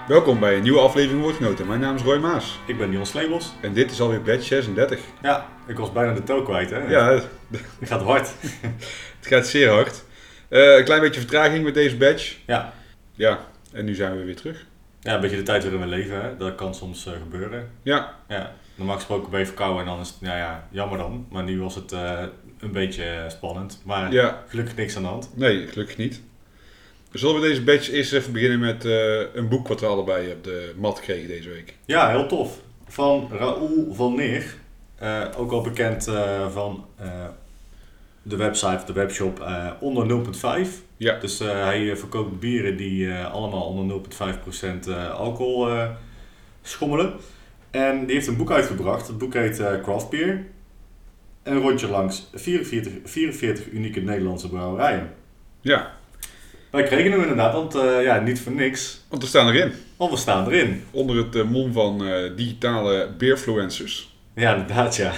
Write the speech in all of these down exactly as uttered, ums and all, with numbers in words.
Welkom bij een nieuwe aflevering Woordgenoten. Mijn naam is Roy Maas. Ik ben Jon Sleebos. En dit is alweer batch zesendertig. Ja, ik was bijna de tel kwijt, hè? Ja, het gaat hard. Het gaat zeer hard. Uh, een klein beetje vertraging met deze batch. Ja. Ja, en nu zijn we weer terug. Ja, een beetje de tijd waarin we leven, hè? Dat kan soms uh, gebeuren. Ja. Ja. Normaal gesproken ben je verkouden en dan is het, nou ja, jammer dan. Maar nu was het uh, een beetje spannend. Maar ja. Gelukkig niks aan de hand. Nee, gelukkig niet. Zullen we deze batch eerst even beginnen met uh, een boek wat we allebei op de mat kregen deze week? Ja, heel tof. Van Raoul van Neer. Uh, ook al bekend uh, van uh, de website, de webshop uh, onder nul komma vijf. Ja. Dus uh, hij verkoopt bieren die uh, allemaal onder nul komma vijf procent uh, alcohol uh, schommelen. En die heeft een boek uitgebracht. Het boek heet uh, Craft Beer. Een rondje langs vierenveertig, vierenveertig unieke Nederlandse brouwerijen. Ja. Wij kregen hem inderdaad, want uh, ja, niet voor niks. Want we staan erin. Want we staan erin. Onder het uh, mom van uh, digitale beerfluencers. Ja, inderdaad, ja.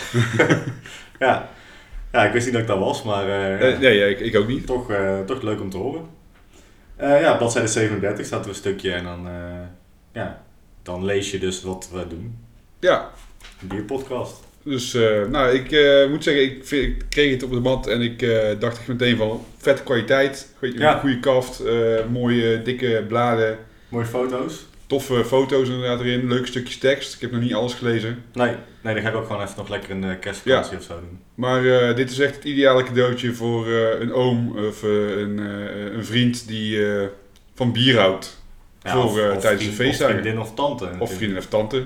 ja. Ja, ik wist niet dat ik dat was, maar uh, uh, nee, ik, ik ook niet. Toch, uh, toch leuk om te horen. Uh, ja, bladzijde zevenendertig staat er een stukje en dan, uh, ja, dan lees je dus wat we doen. Ja. Een bierpodcast. Dus, uh, nou, ik uh, moet zeggen, ik, vind, ik kreeg het op de mat en ik uh, dacht echt meteen van vette kwaliteit, goeie, ja. goede kaft, uh, mooie dikke bladen. Mooie foto's. Toffe foto's inderdaad erin, leuke stukjes tekst. Ik heb nog niet alles gelezen. Nee, nee dan ga ik ook gewoon even nog lekker een uh, kerstvakantie ja. of zo doen. Maar uh, dit is echt het ideale cadeautje voor uh, een oom of uh, een, uh, een vriend die uh, van bier houdt. Ja, voor, of, uh, of tijdens vriend, de feestdagen. Of vriendin of tante. Natuurlijk. Of vriendin of tante.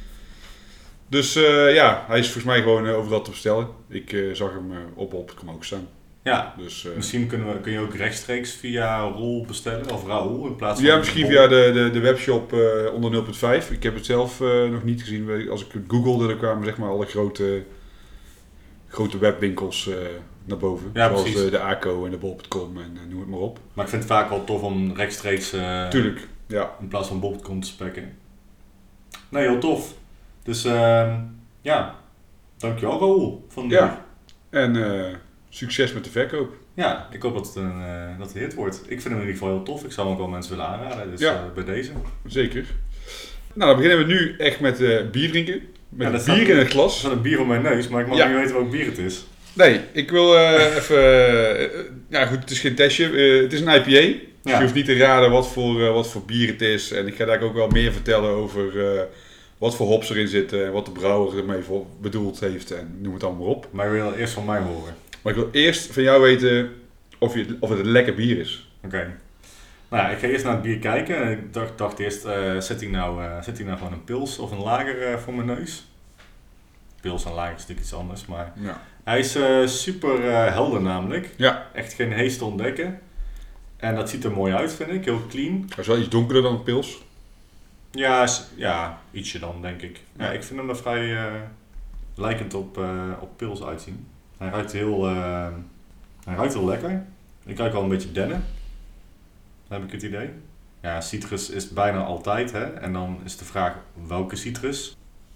Dus uh, ja, hij is volgens mij gewoon uh, overal te bestellen. Ik uh, zag hem uh, op op, ik kan ook staan. Ja, dus, uh, misschien kunnen we, kun je ook rechtstreeks via Rol bestellen, of Raoul in plaats van... Ja, misschien via de, de, de webshop uh, onder nul komma vijf. Ik heb het zelf uh, nog niet gezien. Als ik het googelde, dan kwamen zeg maar alle grote, grote webwinkels uh, naar boven. Ja, zoals precies. de, de A C O en de bol punt com en uh, noem het maar op. Maar ik vind het vaak wel tof om rechtstreeks uh, Tuurlijk, ja. in plaats van bol punt com te spekken. Nee, heel tof. Dus uh, ja, dankjewel Raoul. Van de ja, en uh, succes met de verkoop. Ja, ik hoop dat het een, uh, dat het hit wordt. Ik vind hem in ieder geval heel tof. Ik zou hem ook wel mensen willen aanraden, dus ja. uh, bij deze. Zeker. Nou, dan beginnen we nu echt met uh, bier drinken. Met ja, een bier in het glas. Er staat een bier voor mijn neus, maar ik mag ja. niet weten welk bier het is. Nee, ik wil uh, even... Uh, ja goed, het is geen testje. Uh, het is een I P A. Dus ja. je hoeft niet te raden wat voor, uh, wat voor bier het is. En ik ga daar ook wel meer vertellen over... Uh, wat voor hops erin zitten en wat de brouwer ermee voor bedoeld heeft en noem het allemaal op. Maar je wil eerst van mij horen. Maar ik wil eerst van jou weten of, je, of het een lekker bier is. Oké. Okay. Nou ja, ik ga eerst naar het bier kijken. Ik dacht, dacht eerst, uh, zet hij nou, uh, zet hij nou gewoon een pils of een lager uh, voor mijn neus? Pils en lager is natuurlijk iets anders, maar ja. hij is uh, super uh, helder namelijk. Ja. Echt geen hees te ontdekken. En dat ziet er mooi uit, vind ik. Heel clean. Hij is wel iets donkerder dan een pils. Ja, ja, ietsje dan, denk ik. Ja, ik vind hem er vrij uh, lijkend op, uh, op pils uitzien. Hij ruikt heel, uh, hij ruikt heel lekker. Ik ruik wel een beetje dennen. Dan heb ik het idee. Ja, citrus is bijna altijd, hè. En dan is de vraag, welke citrus?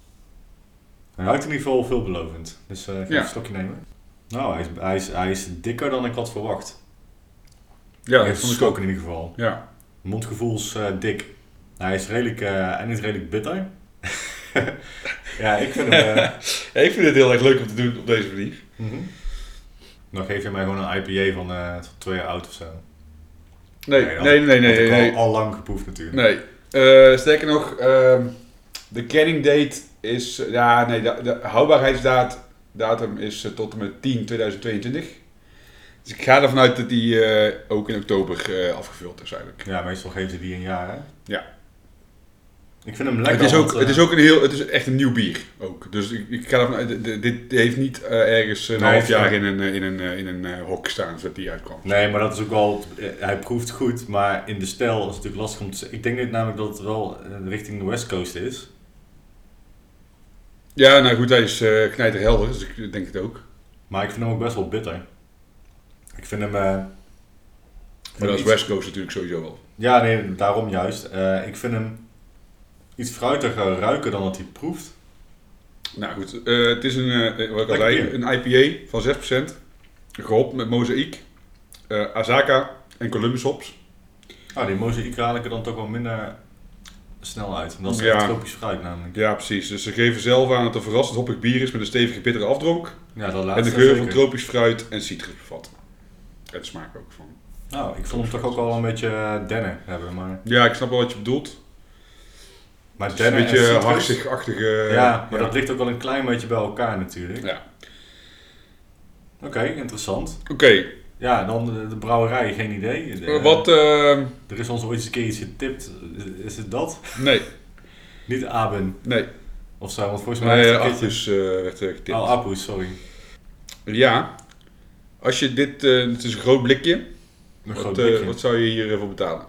Hij ruikt in ieder geval veelbelovend. Dus uh, ik ga ja. even een stokje nemen. Nou, hij is, hij, is, hij is dikker dan ik had verwacht. Ja, dat vond ik ook in ieder geval. Ja. Mondgevoels uh, dik. Hij is redelijk, uh, en is redelijk bitter. ja, ik vind hem... Uh... ja, ik vind het heel erg leuk om te doen op deze manier. Mm-hmm. Dan geef je mij gewoon een I P A van uh, twee jaar oud of zo. Nee, nee, nee, nee. nee, nee, nee. Al, al lang geproefd natuurlijk. Nee. Uh, sterker nog, uh, de canning date is... Uh, ja, nee, de, de houdbaarheidsdatum is uh, tot en met tien tweeduizend tweeëntwintig. Dus ik ga ervan uit dat die uh, ook in oktober uh, afgevuld is eigenlijk. Ja, meestal geven ze die een jaar, hè? Ja. Ik vind hem lekker. Het is ook, want, uh, het is ook een heel, het is echt een nieuw bier ook. Dus ik, ik ga ervan uit, dit, dit heeft niet uh, ergens een nee, half jaar in een, in een, in een uh, hok staan zodat die uitkwam. Nee, maar dat is ook wel, hij proeft goed, maar in de stijl is het natuurlijk lastig om te zeggen. Ik denk niet namelijk dat het wel richting de West Coast is. Ja, nou goed, hij is uh, knijterhelder, dus ik denk het ook. Maar ik vind hem ook best wel bitter. Ik vind hem... Uh, maar dat is West Coast natuurlijk sowieso wel. Ja, nee, daarom juist. Uh, ik vind hem iets fruitiger ruiken dan dat hij proeft. Nou goed, uh, het is een, uh, wat ik al zei, een I P A van zes procent. Gehopt met mozaïek, uh, Azaka en Columbus hops. Ah, die mozaïek raad ik er dan toch wel minder snel uit. Dat is Ja. echt tropisch fruit namelijk. Ja, precies. Dus ze geven zelf aan dat het een verrassend hoppig bier is met een stevige bittere afdronk. Ja, dat En laatste de geur zeker. van tropisch fruit en citrus bevat. En de smaak ook van. Nou, ik vond hem toch ook wel een beetje uh, dennen hebben, maar... Ja, ik snap wel wat je bedoelt. Maar Het is een dennen en beetje citrus- harsig-achtige... Ja, maar ja. dat ligt ook wel een klein beetje bij elkaar natuurlijk. Ja. Oké, interessant. Oké, okay. Ja, dan de, de brouwerij, geen idee. De, wat... Uh... Er is ons ooit eens een keer iets getipt. Is het dat? Nee. Niet Aben. Nee. Of zo, want volgens mij... Nee, uh, Appus uh, werd uh, getipt. Oh, Appus, sorry. Ja. Als je dit... Uh, het is een groot blikje. Een wat, groot uh, blikje. wat zou je hiervoor betalen?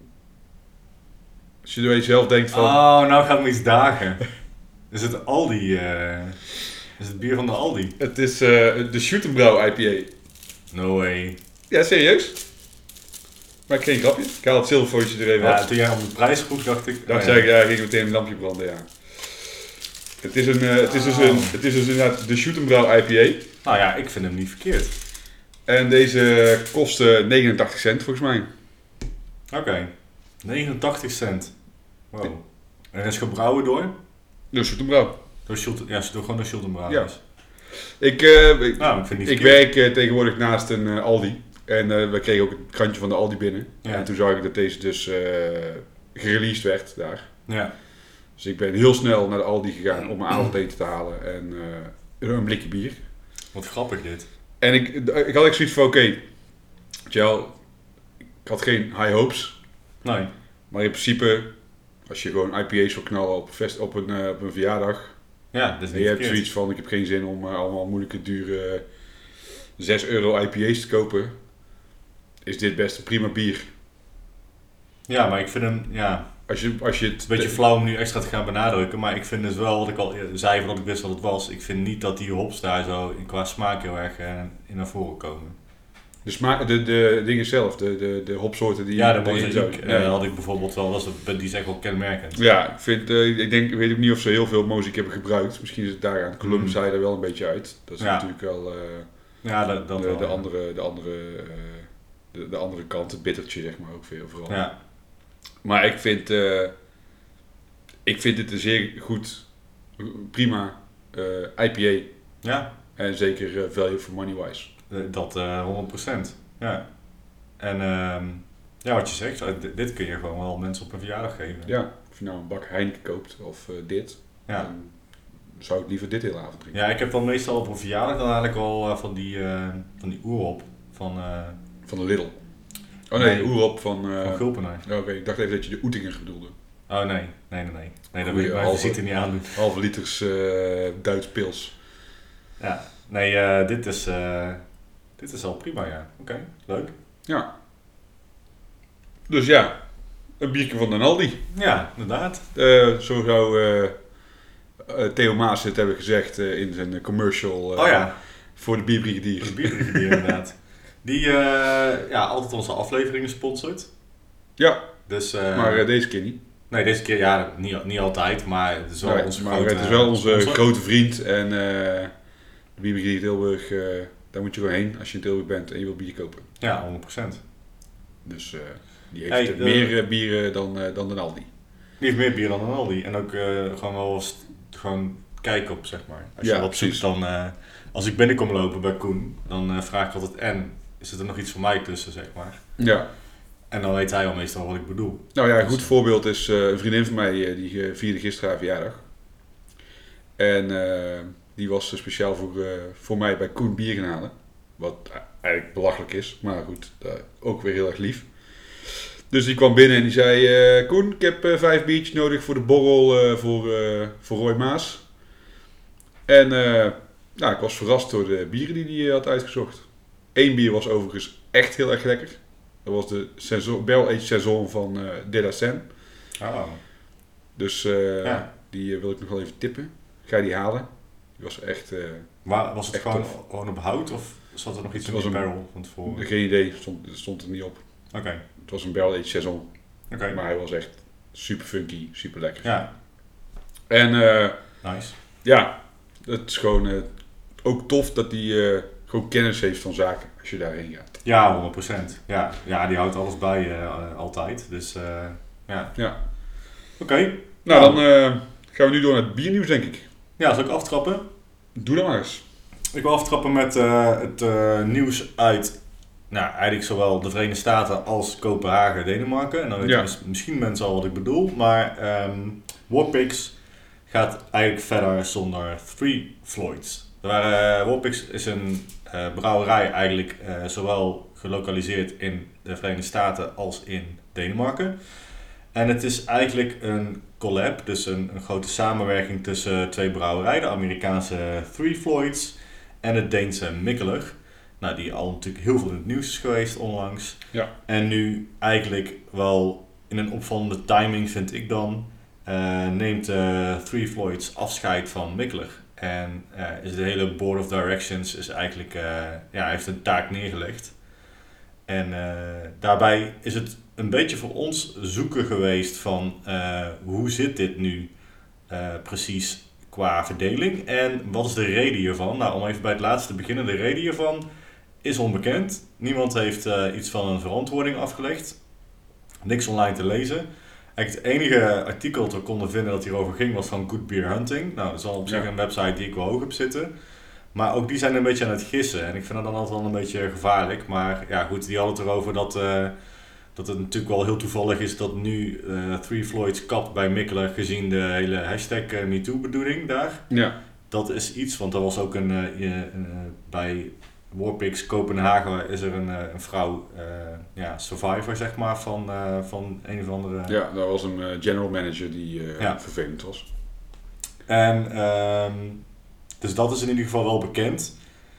Als je er zelf denkt van... Oh, nou gaat me iets dagen. Is het Aldi? Uh, is het bier van de Aldi? Het is uh, de Schuttenbrouw I P A. No way. Ja, serieus? Maak geen grapje. Ik haal het zilverfootje er even Ja, af. toen jij om de prijs vroeg, dacht ik... Dacht oh, zei ja. ik, ja, ging meteen een lampje branden, ja. Het is, een, uh, het is, dus, een, het is dus inderdaad de Schuttenbrouw I P A. Nou ja, ik vind hem niet verkeerd. En deze kost uh, negenentachtig cent volgens mij. Oké. Okay. negenentachtig cent. Wow. En is gebrouwen door? De Schuttenbrouw. Door Schulten, ja, door gewoon door Schultenbrouw. Ja. Ik, uh, ik, nou, ik, vind niet ik werk uh, tegenwoordig naast een uh, Aldi. En uh, we kregen ook het krantje van de Aldi binnen. Ja. En toen zag ik dat deze dus uh, gereleased werd daar. Ja. Dus ik ben heel snel naar de Aldi gegaan om mijn avondeten te halen. En uh, een blikje bier. Wat grappig dit. En ik, ik had echt zoiets van, oké, okay, ik had geen high hopes. Nee. Maar in principe, als je gewoon I P A's wil knallen op een, fest, op een, uh, op een verjaardag. Ja, dat is en niet je hebt verkeerd. zoiets van, ik heb geen zin om uh, allemaal moeilijke, dure zes euro I P A's te kopen. Is dit best een prima bier. Ja, maar ik vind hem, ja... Als je, als je het, het is een beetje flauw om nu extra te gaan benadrukken, maar ik vind dus wel, wat ik al zei voordat ik wist wat het was, ik vind niet dat die hops daar zo qua smaak heel erg uh, in naar voren komen. De, smaak, de, de dingen zelf, de, de, de hopsoorten die... Ja, de die mozaïek ja. uh, had ik bijvoorbeeld wel, dat is, die is echt wel kenmerkend. Ja, ik vind, uh, ik denk, ik weet ook niet of ze heel veel mozaïek hebben gebruikt. Misschien is het daar aan. Columbus mm. er wel een beetje uit. Dat is ja. natuurlijk wel, uh, ja, dat, dat de, wel de, ja. andere, de, andere, uh, de, de andere kant, het bittertje zeg maar ook veel vooral. Ja. Maar ik vind, uh, ik vind het een zeer goed, prima uh, I P A. Ja. En zeker uh, value for money wise. Dat uh, honderd procent. Ja. En uh, ja, wat je zegt, dit kun je gewoon wel mensen op een verjaardag geven. Ja, of je nou een bak Heineken koopt of uh, dit, ja. dan zou ik liever dit hele avond drinken. Ja, ik heb dan meestal op een verjaardag dan eigenlijk al uh, van die, uh, van die oerhop van... Uh, van de Lidl. Oh nee, nee oerhop van... Uh, van Gulpenaar. Oh, Oké, okay. Ik dacht even dat je de Oetinger bedoelde. Oh nee, nee, nee, nee. Nee, dat wil ik mijn visite niet aandoen. Halve liters uh, Duits pils. Ja, nee, uh, dit is... Uh, dit is al prima, ja. Oké, okay, leuk. Ja. Dus ja, een biertje van Den Aldi. Ja, inderdaad. Uh, zo zou uh, uh, Theo Maas het hebben gezegd uh, in zijn commercial uh, oh, ja. voor de Bierbrigadier. De Bierbrigadier, inderdaad. Die uh, ja, altijd onze afleveringen sponsort. Ja, dus, uh, maar uh, deze keer niet. Nee, deze keer ja, niet, niet altijd, maar het is wel nee, onze maar grote het is wel onze sponsor. grote vriend en uh, de Bierbrigadier Tilburg, uh, daar moet je gewoon heen als je in Tilburg bent en je wilt bier kopen. Ja, honderd procent. Dus uh, die heeft hey, uh, uh, meer bieren dan, uh, dan de Aldi. Die heeft meer bier dan een Aldi. En ook uh, gewoon wel eens gewoon kijken op, zeg maar. Als je ja, wat zoekt, dan... Uh, als ik binnenkom lopen bij Koen, dan uh, vraag ik altijd en, is er nog iets voor mij tussen, zeg maar. Ja. En dan weet hij al meestal wat ik bedoel. Nou ja, een dus, goed voorbeeld is uh, een vriendin van mij, uh, die uh, vierde gisteren haar verjaardag. En uh, die was uh, speciaal voor, uh, voor mij bij Koen bier gaan halen. Wat eigenlijk belachelijk is, maar goed, uh, ook weer heel erg lief. Dus die kwam binnen en die zei, uh, Koen, ik heb uh, vijf biertjes nodig voor de borrel uh, voor, uh, voor Roy Maas. En uh, nou, ik was verrast door de bieren die hij uh, had uitgezocht. Eén bier was overigens echt heel erg lekker. Dat was de saison, Barrel-Aged Saison van uh, De La Seine. Oh. Dus uh, ja. die uh, wil ik nog wel even tippen. Ga je die halen? Die was echt uh, Maar was het echt gewoon, tof. gewoon op hout of zat er nog iets het in de een, barrel van tevoren? Geen idee, stond, stond er niet op. Oké. Okay. Het was een Barrel-Aged Saison. Okay. Maar hij was echt super funky, super lekker. Ja. En uh, nice. Ja, het is gewoon uh, ook tof dat hij uh, gewoon kennis heeft van zaken als je daarheen gaat. Ja, honderd procent. Ja. Ja, die houdt alles bij uh, altijd. Dus uh, ja. Ja. Oké. Okay. Nou, nou, dan uh, gaan we nu door naar het biernieuws, denk ik. Ja, zal ik aftrappen? Doe dat maar eens. Ik wil aftrappen met uh, het uh, nieuws uit, nou, eigenlijk zowel de Verenigde Staten als Kopenhagen, Denemarken. En dan weten ja. misschien mensen al wat ik bedoel, maar um, Warpix gaat eigenlijk verder zonder Three Floyds. Uh, Warpix is een uh, brouwerij eigenlijk uh, zowel gelokaliseerd in de Verenigde Staten als in Denemarken. En het is eigenlijk een collab, dus een, een grote samenwerking tussen twee brouwerijen, de Amerikaanse Three Floyds en het Deense Mikkeler. Nou, die al natuurlijk heel veel in het nieuws is geweest onlangs. Ja. En nu eigenlijk wel in een opvallende timing, vind ik dan, uh, neemt uh, Three Floyds afscheid van Mikkeler. En uh, is de hele board of directions is eigenlijk, uh, ja, heeft een taak neergelegd. En uh, daarbij is het een beetje voor ons zoeken geweest van uh, hoe zit dit nu uh, precies qua verdeling en wat is de reden hiervan? Nou, om even bij het laatste te beginnen, de reden hiervan is onbekend. Niemand heeft uh, iets van een verantwoording afgelegd. Niks online te lezen. Eigenlijk het enige artikel dat we konden vinden dat hierover ging was van Good Beer Hunting. Nou, dat is al op zich ja. een website die ik wel hoog heb zitten. Maar ook die zijn een beetje aan het gissen. En ik vind dat dan altijd wel een beetje gevaarlijk. Maar ja, goed, die hadden het erover dat, uh, dat het natuurlijk wel heel toevallig is dat nu uh, Three Floyds kapt bij Mikkeler gezien de hele hashtag uh, MeToo-bedoeling daar. Ja. Dat is iets, want er was ook een, uh, uh, uh, bij Warpix Kopenhagen is er een, uh, een vrouw, uh, ja, survivor zeg maar, van, uh, van een of andere... Ja, dat was een uh, general manager die uh, ja. vervelend was. En... Um, Dus dat is in ieder geval wel bekend.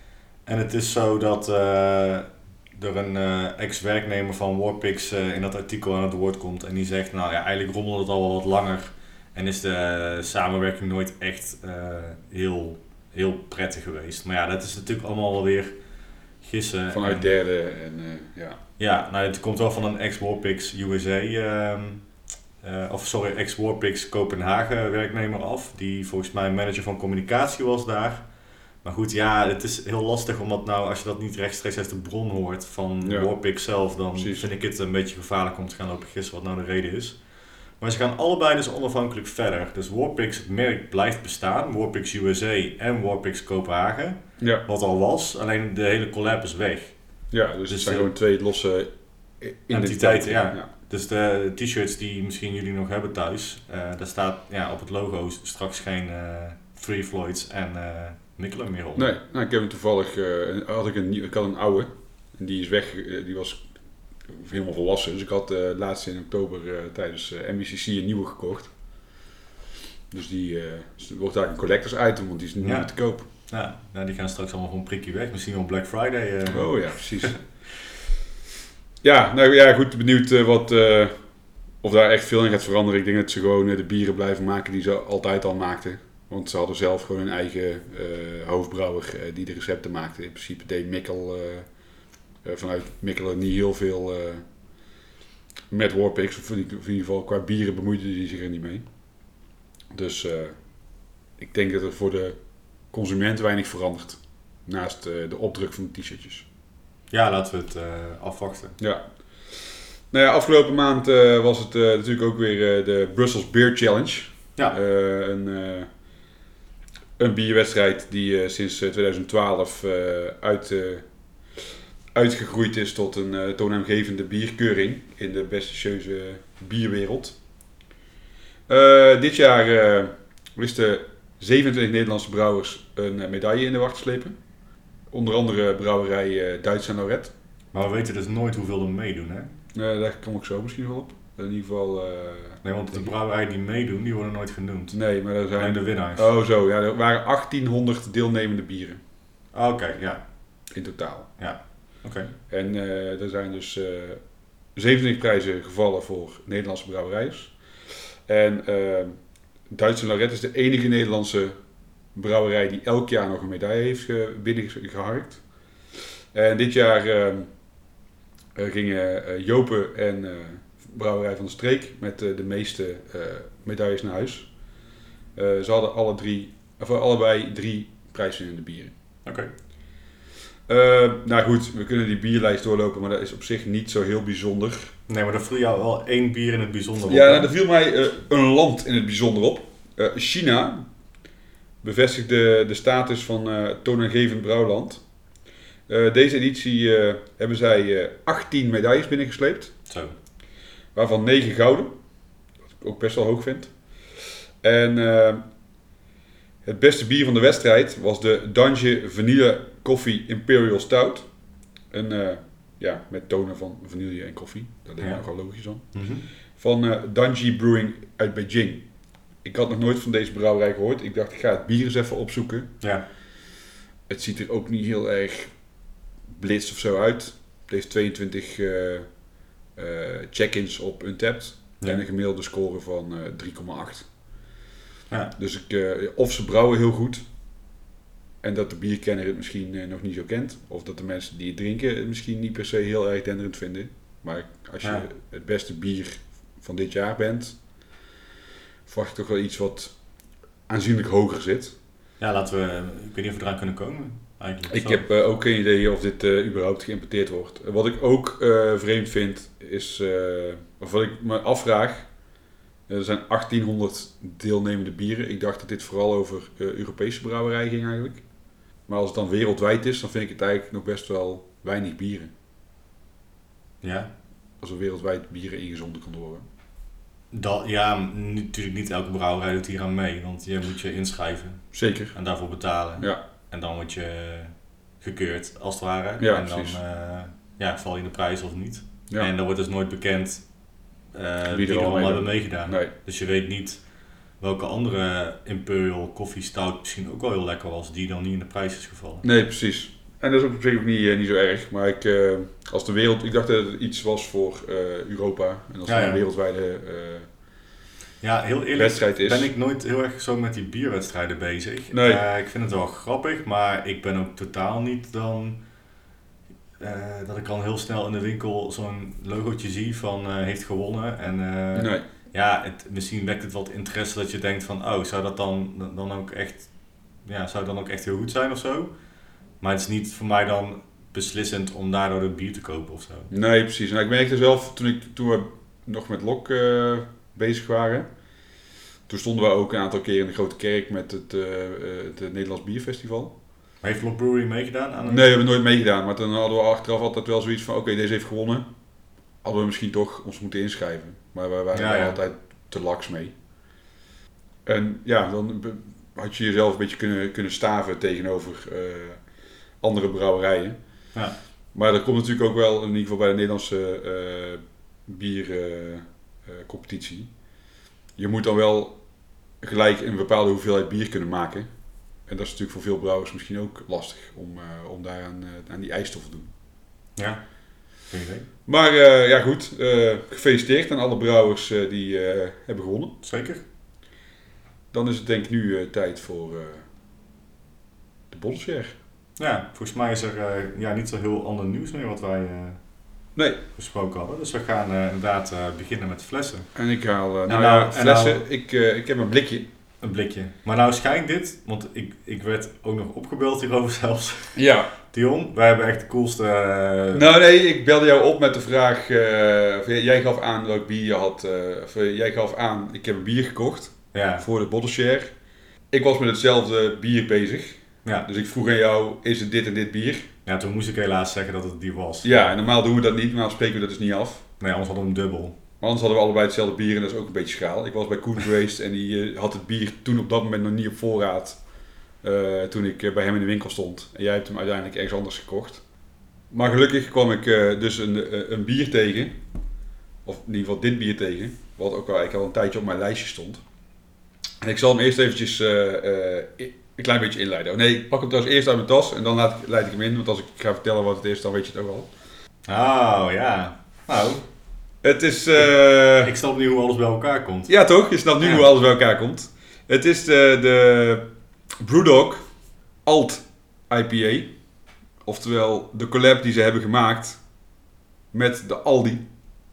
En het is zo dat uh, er een uh, ex-werknemer van Warpix uh, in dat artikel aan het woord komt. En die zegt, nou ja, eigenlijk rommelt het al wel wat langer. En is de uh, samenwerking nooit echt uh, heel, heel prettig geweest. Maar ja, dat is natuurlijk allemaal wel weer gissen. Vanuit en, derde en uh, ja. Ja, nou het komt wel van een ex-Warpix U S A... Um, Uh, of sorry, ex-Warpix Kopenhagen werknemer af, die volgens mij manager van communicatie was daar. Maar goed, ja, het is heel lastig omdat nou, als je dat niet rechtstreeks uit de bron hoort van ja. Warpix zelf, dan Precies. vind ik het een beetje gevaarlijk om te gaan lopen gissen wat nou de reden is. Maar ze gaan allebei dus onafhankelijk verder. Dus Warpix, het merk blijft bestaan, Warpix U S A en Warpix Kopenhagen, ja. wat al was, alleen de hele collab is weg. Ja, dus, dus het zijn uh, gewoon twee losse entiteiten, ja. ja. Dus de t-shirts die misschien jullie nog hebben thuis, uh, daar staat ja, op het logo straks geen uh, Three Floyds en uh, Mikkeler meer op. Nee, nou, ik heb hem toevallig, uh, had ik, een, ik had een oude, en die is weg, uh, die was helemaal volwassen. Dus ik had uh, laatst in oktober uh, tijdens uh, M B C C een nieuwe gekocht. Dus die uh, dus wordt eigenlijk een collectors item, want die is nu ja. niet te koop. Ja, nou, die gaan straks allemaal gewoon prikkie weg, misschien wel Black Friday. Uh. Oh ja, precies. Ja, nou ja, goed, benieuwd uh, wat, uh, of daar echt veel in gaat veranderen. Ik denk dat ze gewoon uh, de bieren blijven maken die ze altijd al maakten. Want ze hadden zelf gewoon een eigen uh, hoofdbrouwer uh, die de recepten maakte. In principe deed Mikkel uh, uh, vanuit Mikkeler niet heel veel uh, met Warpix. Of in ieder geval qua bieren bemoeide die zich er niet mee. Dus uh, ik denk dat er voor de consument weinig verandert. Naast uh, de opdruk van de t-shirtjes. Ja, laten we het uh, afwachten. Ja. Nou ja, afgelopen maand uh, was het uh, natuurlijk ook weer uh, de Brussels Beer Challenge. Ja. Uh, een, uh, een bierwedstrijd die uh, sinds uh, twintig twaalf uh, uit, uh, uitgegroeid is tot een uh, toonaangevende bierkeuring in de prestigieuze bierwereld. Uh, dit jaar uh, wisten zevenentwintig Nederlandse brouwers een uh, medaille in de wacht te slepen. Onder andere brouwerij uh, Duits en Lauret. Maar we weten dus nooit hoeveel er meedoen, hè? Uh, daar kom ik zo misschien wel op. In ieder geval... Uh, nee, want de brouwerijen die meedoen, die worden nooit genoemd. Nee, maar er zijn... En de winnaars. Oh zo, ja. Er waren achttienhonderd deelnemende bieren. Oh, oké, okay, ja. In totaal. Ja, oké. Okay. En uh, er zijn dus uh, zevenentwintig prijzen gevallen voor Nederlandse brouwerijen. En uh, Duits en Lauret is de enige Nederlandse brouwerij die elk jaar nog een medaille heeft ge- binnengeharkt. En dit jaar uh, uh, gingen uh, Jope en uh, Brouwerij van de Streek met uh, de meeste uh, medailles naar huis. Uh, ze hadden alle drie, of allebei drie prijswinnende bieren. Oké. Uh, nou goed, we kunnen die bierlijst doorlopen, maar dat is op zich niet zo heel bijzonder. Nee, maar er viel jou wel één bier in het bijzonder op. Ja, nou, er viel mij uh, een land in het bijzonder op. Uh, China bevestigt de, de status van uh, toonaangevend brouwland. Uh, deze editie uh, hebben zij uh, achttien medailles binnengesleept. Zo. Waarvan negen gouden. Wat ik ook best wel hoog vind. En uh, het beste bier van de wedstrijd was de Dange Vanille Coffee Imperial Stout. Een, uh, ja, met tonen van vanille en koffie. Dat lijkt me ja. nogal logisch aan. Mm-hmm. Van uh, Danji Brewing uit Beijing. Ik had nog nooit van deze brouwerij gehoord. Ik dacht, ik ga het bier eens even opzoeken. Ja. Het ziet er ook niet heel erg blitz of zo uit. Het heeft tweeëntwintig uh, uh, check-ins op Untappd. Ja. En een gemiddelde score van uh, drie komma acht. Ja. Dus ik, uh, of ze brouwen heel goed. En dat de bierkenner het misschien uh, nog niet zo kent. Of dat de mensen die het drinken het misschien niet per se heel erg denderend vinden. Maar als je ja. het beste bier van dit jaar bent, verwacht ik toch wel iets wat aanzienlijk hoger zit. Ja, laten we, ik weet niet of we eraan kunnen komen. Eigenlijk. Ik Zo. heb uh, ook geen idee of dit uh, überhaupt geïmporteerd wordt. Wat ik ook uh, vreemd vind is, uh, of wat ik me afvraag, er zijn achttienhonderd deelnemende bieren. Ik dacht dat dit vooral over uh, Europese brouwerij ging eigenlijk. Maar als het dan wereldwijd is, dan vind ik het eigenlijk nog best wel weinig bieren. Ja. Als er wereldwijd bieren ingezonden kan worden. Dat, ja, natuurlijk niet elke brouwerij doet hier aan mee, want je moet je inschrijven. Zeker. En daarvoor betalen. Ja. En dan word je gekeurd, als het ware. Ja, en dan uh, ja, val je in de prijs of niet. Ja. En dan wordt dus nooit bekend uh, wie er allemaal hebben meegedaan. Nee. Dus je weet niet welke andere Imperial Coffee Stout misschien ook wel heel lekker was, die dan niet in de prijs is gevallen. Nee, precies. En dat is op zich ook niet, uh, niet zo erg. Maar ik, uh, als de wereld, ik dacht dat het iets was voor uh, Europa. En als ja, het een ja. wereldwijde uh, ja, heel eerlijk wedstrijd is. Ben ik nooit heel erg zo met die bierwedstrijden bezig. Nee. Uh, ik vind het wel grappig, maar ik ben ook totaal niet dan uh, dat ik dan heel snel in de winkel zo'n logootje zie van uh, heeft gewonnen. En uh, nee. ja, het, misschien wekt het wat interesse dat je denkt van oh, zou dat dan, dan ook echt, ja, zou dan ook echt heel goed zijn of zo? Maar het is niet voor mij dan beslissend om daardoor een bier te kopen of zo. Nee, precies. Nou, ik merkte zelf, toen, ik, toen we nog met Lok uh, bezig waren, toen stonden we ook een aantal keer in de Grote Kerk met het, uh, het Nederlands Bierfestival. Maar heeft Lok Brewery meegedaan? Aan een... Nee, we hebben nooit meegedaan. Maar dan hadden we achteraf altijd wel zoiets van, oké, okay, deze heeft gewonnen. Hadden we misschien toch ons moeten inschrijven. Maar wij waren ja, ja. altijd te laks mee. En ja, dan had je jezelf een beetje kunnen, kunnen staven tegenover uh, andere brouwerijen. Ja. Maar er komt natuurlijk ook wel, in ieder geval bij de Nederlandse uh, biercompetitie. Uh, uh, je moet dan wel gelijk een bepaalde hoeveelheid bier kunnen maken. En dat is natuurlijk voor veel brouwers misschien ook lastig om, uh, om daaraan uh, aan die eis te voldoen. Ja, geen idee. Maar uh, ja goed, uh, gefeliciteerd aan alle brouwers uh, die uh, hebben gewonnen. Zeker. Dan is het denk ik nu uh, tijd voor uh, de Bottleshare. Ja, volgens mij is er uh, ja, niet zo heel ander nieuws meer wat wij uh, nee. besproken hadden. Dus we gaan uh, inderdaad uh, beginnen met flessen. En ik haal, uh, nou, nou ja, flessen, nou, ik, uh, ik heb een blikje. Een blikje. Maar nou schijnt dit, want ik, ik werd ook nog opgebeld hierover zelfs. Ja. Dion, wij hebben echt de coolste... Uh... Nou nee, ik belde jou op met de vraag, uh, of jij gaf aan welk bier je had, uh, of uh, jij gaf aan, ik heb een bier gekocht ja. voor de Bottleshare. Ik was met hetzelfde bier bezig. Ja. Dus ik vroeg aan jou, is het dit en dit bier? Ja, toen moest ik helaas zeggen dat het die was. Ja, en normaal doen we dat niet, normaal spreken we dat dus niet af. Nee, anders hadden we hem dubbel. Maar anders hadden we allebei hetzelfde bier en dat is ook een beetje schaal. Ik was bij Koen geweest en die uh, had het bier toen op dat moment nog niet op voorraad. Uh, toen ik uh, bij hem in de winkel stond. En jij hebt hem uiteindelijk ergens anders gekocht. Maar gelukkig kwam ik uh, dus een, uh, een bier tegen. Of in ieder geval dit bier tegen. Wat ook al eigenlijk al een tijdje op mijn lijstje stond. En ik zal hem eerst eventjes uh, uh, een klein beetje inleiden. Oh nee, ik pak hem trouwens eerst uit mijn tas en dan laat ik, leid ik hem in. Want als ik ga vertellen wat het is, dan weet je het ook al. Oh ja, nou... Het is... Uh... Ik, ik snap nu hoe alles bij elkaar komt. Ja toch? Je snapt nu ja. hoe alles bij elkaar komt. Het is de, de Brewdog Alt I P A. Oftewel de collab die ze hebben gemaakt met de Aldi.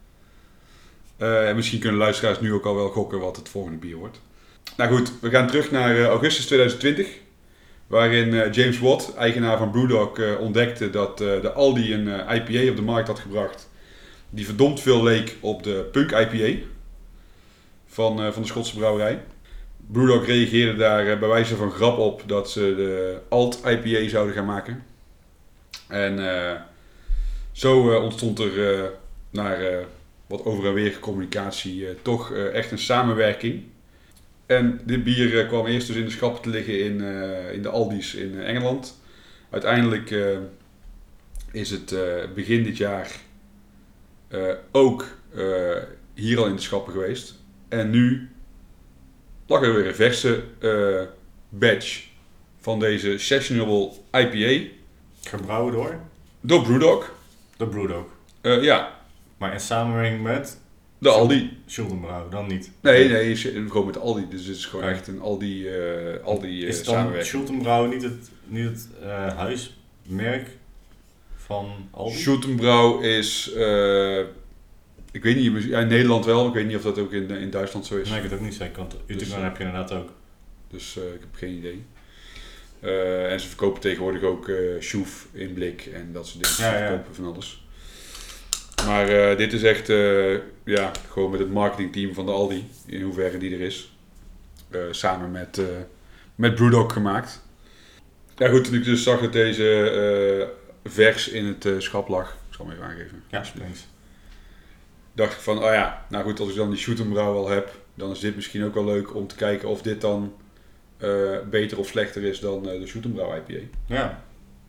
Uh, en misschien kunnen luisteraars nu ook al wel gokken wat het volgende bier wordt. Nou goed, we gaan terug naar uh, augustus tweeduizend twintig. Waarin uh, James Watt, eigenaar van Brewdog, uh, ontdekte dat uh, de Aldi een uh, I P A op de markt had gebracht. Die verdomd veel leek op de Punk I P A van, uh, van de Schotse brouwerij. Brewdog reageerde daar uh, bij wijze van grap op dat ze de Alt I P A zouden gaan maken. En uh, zo uh, ontstond er uh, naar uh, wat over en weer communicatie uh, toch uh, echt een samenwerking. En dit bier uh, kwam eerst dus in de schappen te liggen in, uh, in de Aldi's in uh, Engeland. Uiteindelijk uh, is het uh, begin dit jaar uh, ook uh, hier al in de schappen geweest. En nu lag er weer een verse uh, batch van deze Sessionable I P A. Gebrouwen door? Door Brewdog. Door Brewdog? Uh, ja. Maar in samenwerking met? De Aldi. Schuldenbrouw, dan niet? Nee, nee, gewoon met de Aldi. Dus het is gewoon ja. echt een Aldi, uh, Aldi uh, is dan samenwerking. Schuldenbrouw niet het, niet het uh, huismerk van Aldi? Schuldenbrouw is, uh, ik weet niet, ja, in Nederland wel. Ik weet niet of dat ook in, in Duitsland zo is. Nee, ik weet het ook niet zeker, want Utica dus, heb je inderdaad ook. Dus uh, ik heb geen idee. Uh, en ze verkopen tegenwoordig ook uh, Schuf in blik en dat soort dingen. Ze ja, verkopen ja. van alles. Maar uh, dit is echt, uh, ja, gewoon met het marketingteam van de Aldi, in hoeverre die er is. Uh, samen met, uh, met Brewdog gemaakt. Ja goed, toen ik dus zag dat deze uh, vers in het uh, schap lag, ik zal hem even aangeven. Ja, thanks. Dacht ik van, oh ja, nou goed, als ik dan die Schuttenbrouw al heb, dan is dit misschien ook wel leuk om te kijken of dit dan uh, beter of slechter is dan uh, de Schuttenbrouw I P A. Ja.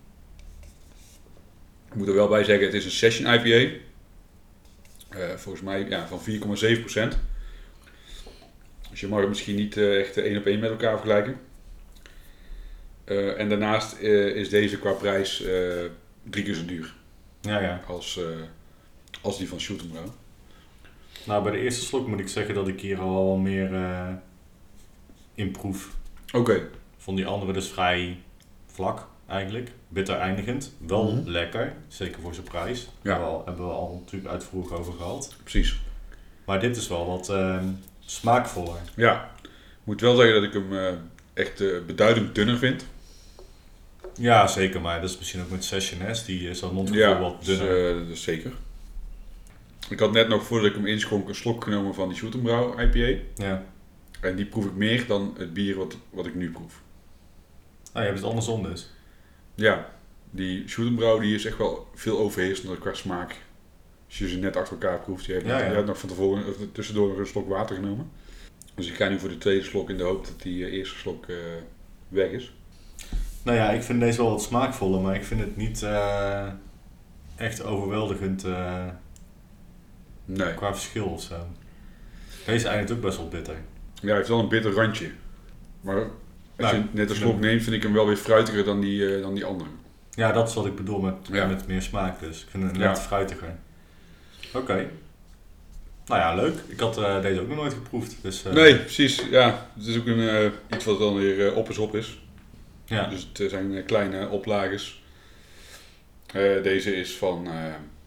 Ik moet er wel bij zeggen, het is een Session I P A. Uh, volgens mij ja, van vier komma zeven procent. Dus je mag het misschien niet uh, echt één op één met elkaar vergelijken. Uh, en daarnaast uh, is deze qua prijs uh, drie keer zo duur. Ja, ja. Als, uh, als die van Schuttenbrouw. Nou, bij de eerste slok moet ik zeggen dat ik hier al wel meer uh, in proef. Oké. Okay. Vond die andere dus vrij vlak eigenlijk. Bitter eindigend. Wel mm-hmm. lekker. Zeker voor zijn prijs. Ja. Daar hebben, hebben we al natuurlijk uitvoerig over gehad. Precies. Maar dit is wel wat uh, smaakvoller. Ja. Ik moet wel zeggen dat ik hem uh, echt uh, beduidend dunner vind. Ja, zeker. Maar dat is misschien ook met Session S. Die is dan mondgevoel ja, wat dunner. Dus, uh, dus zeker. Ik had net nog voordat ik hem inschonk een slok genomen van die Schuttenbrouw I P A. Ja. En die proef ik meer dan het bier wat, wat ik nu proef. Ah, je hebt het andersom dus. Ja, die Schuttenbrouw die is echt wel veel overheersender qua smaak. Als je ze net achter elkaar proeft. Je hebt, ja, ja. je hebt nog van tevoren of tussendoor nog een slok water genomen. Dus ik ga nu voor de tweede slok in de hoop dat die eerste slok uh, weg is. Nou ja, ik vind deze wel wat smaakvoller, maar ik vind het niet uh, echt overweldigend uh, nee. qua verschil of zo. Deze is eigenlijk ook best wel bitter. Ja, hij heeft wel een bitter randje. Maar als nou, je net een slok neemt, vind ik hem wel weer fruitiger dan die, uh, dan die andere. Ja, dat is wat ik bedoel met, ja. met meer smaak dus. Ik vind het net ja. fruitiger. Oké. Okay. Nou ja, leuk. Ik had uh, deze ook nog nooit geproefd. Dus, uh... Nee, precies. Ja, het is ook een, uh, iets wat dan weer uh, op is op is. Ja. Dus het zijn uh, kleine oplages. Uh, deze is van, uh,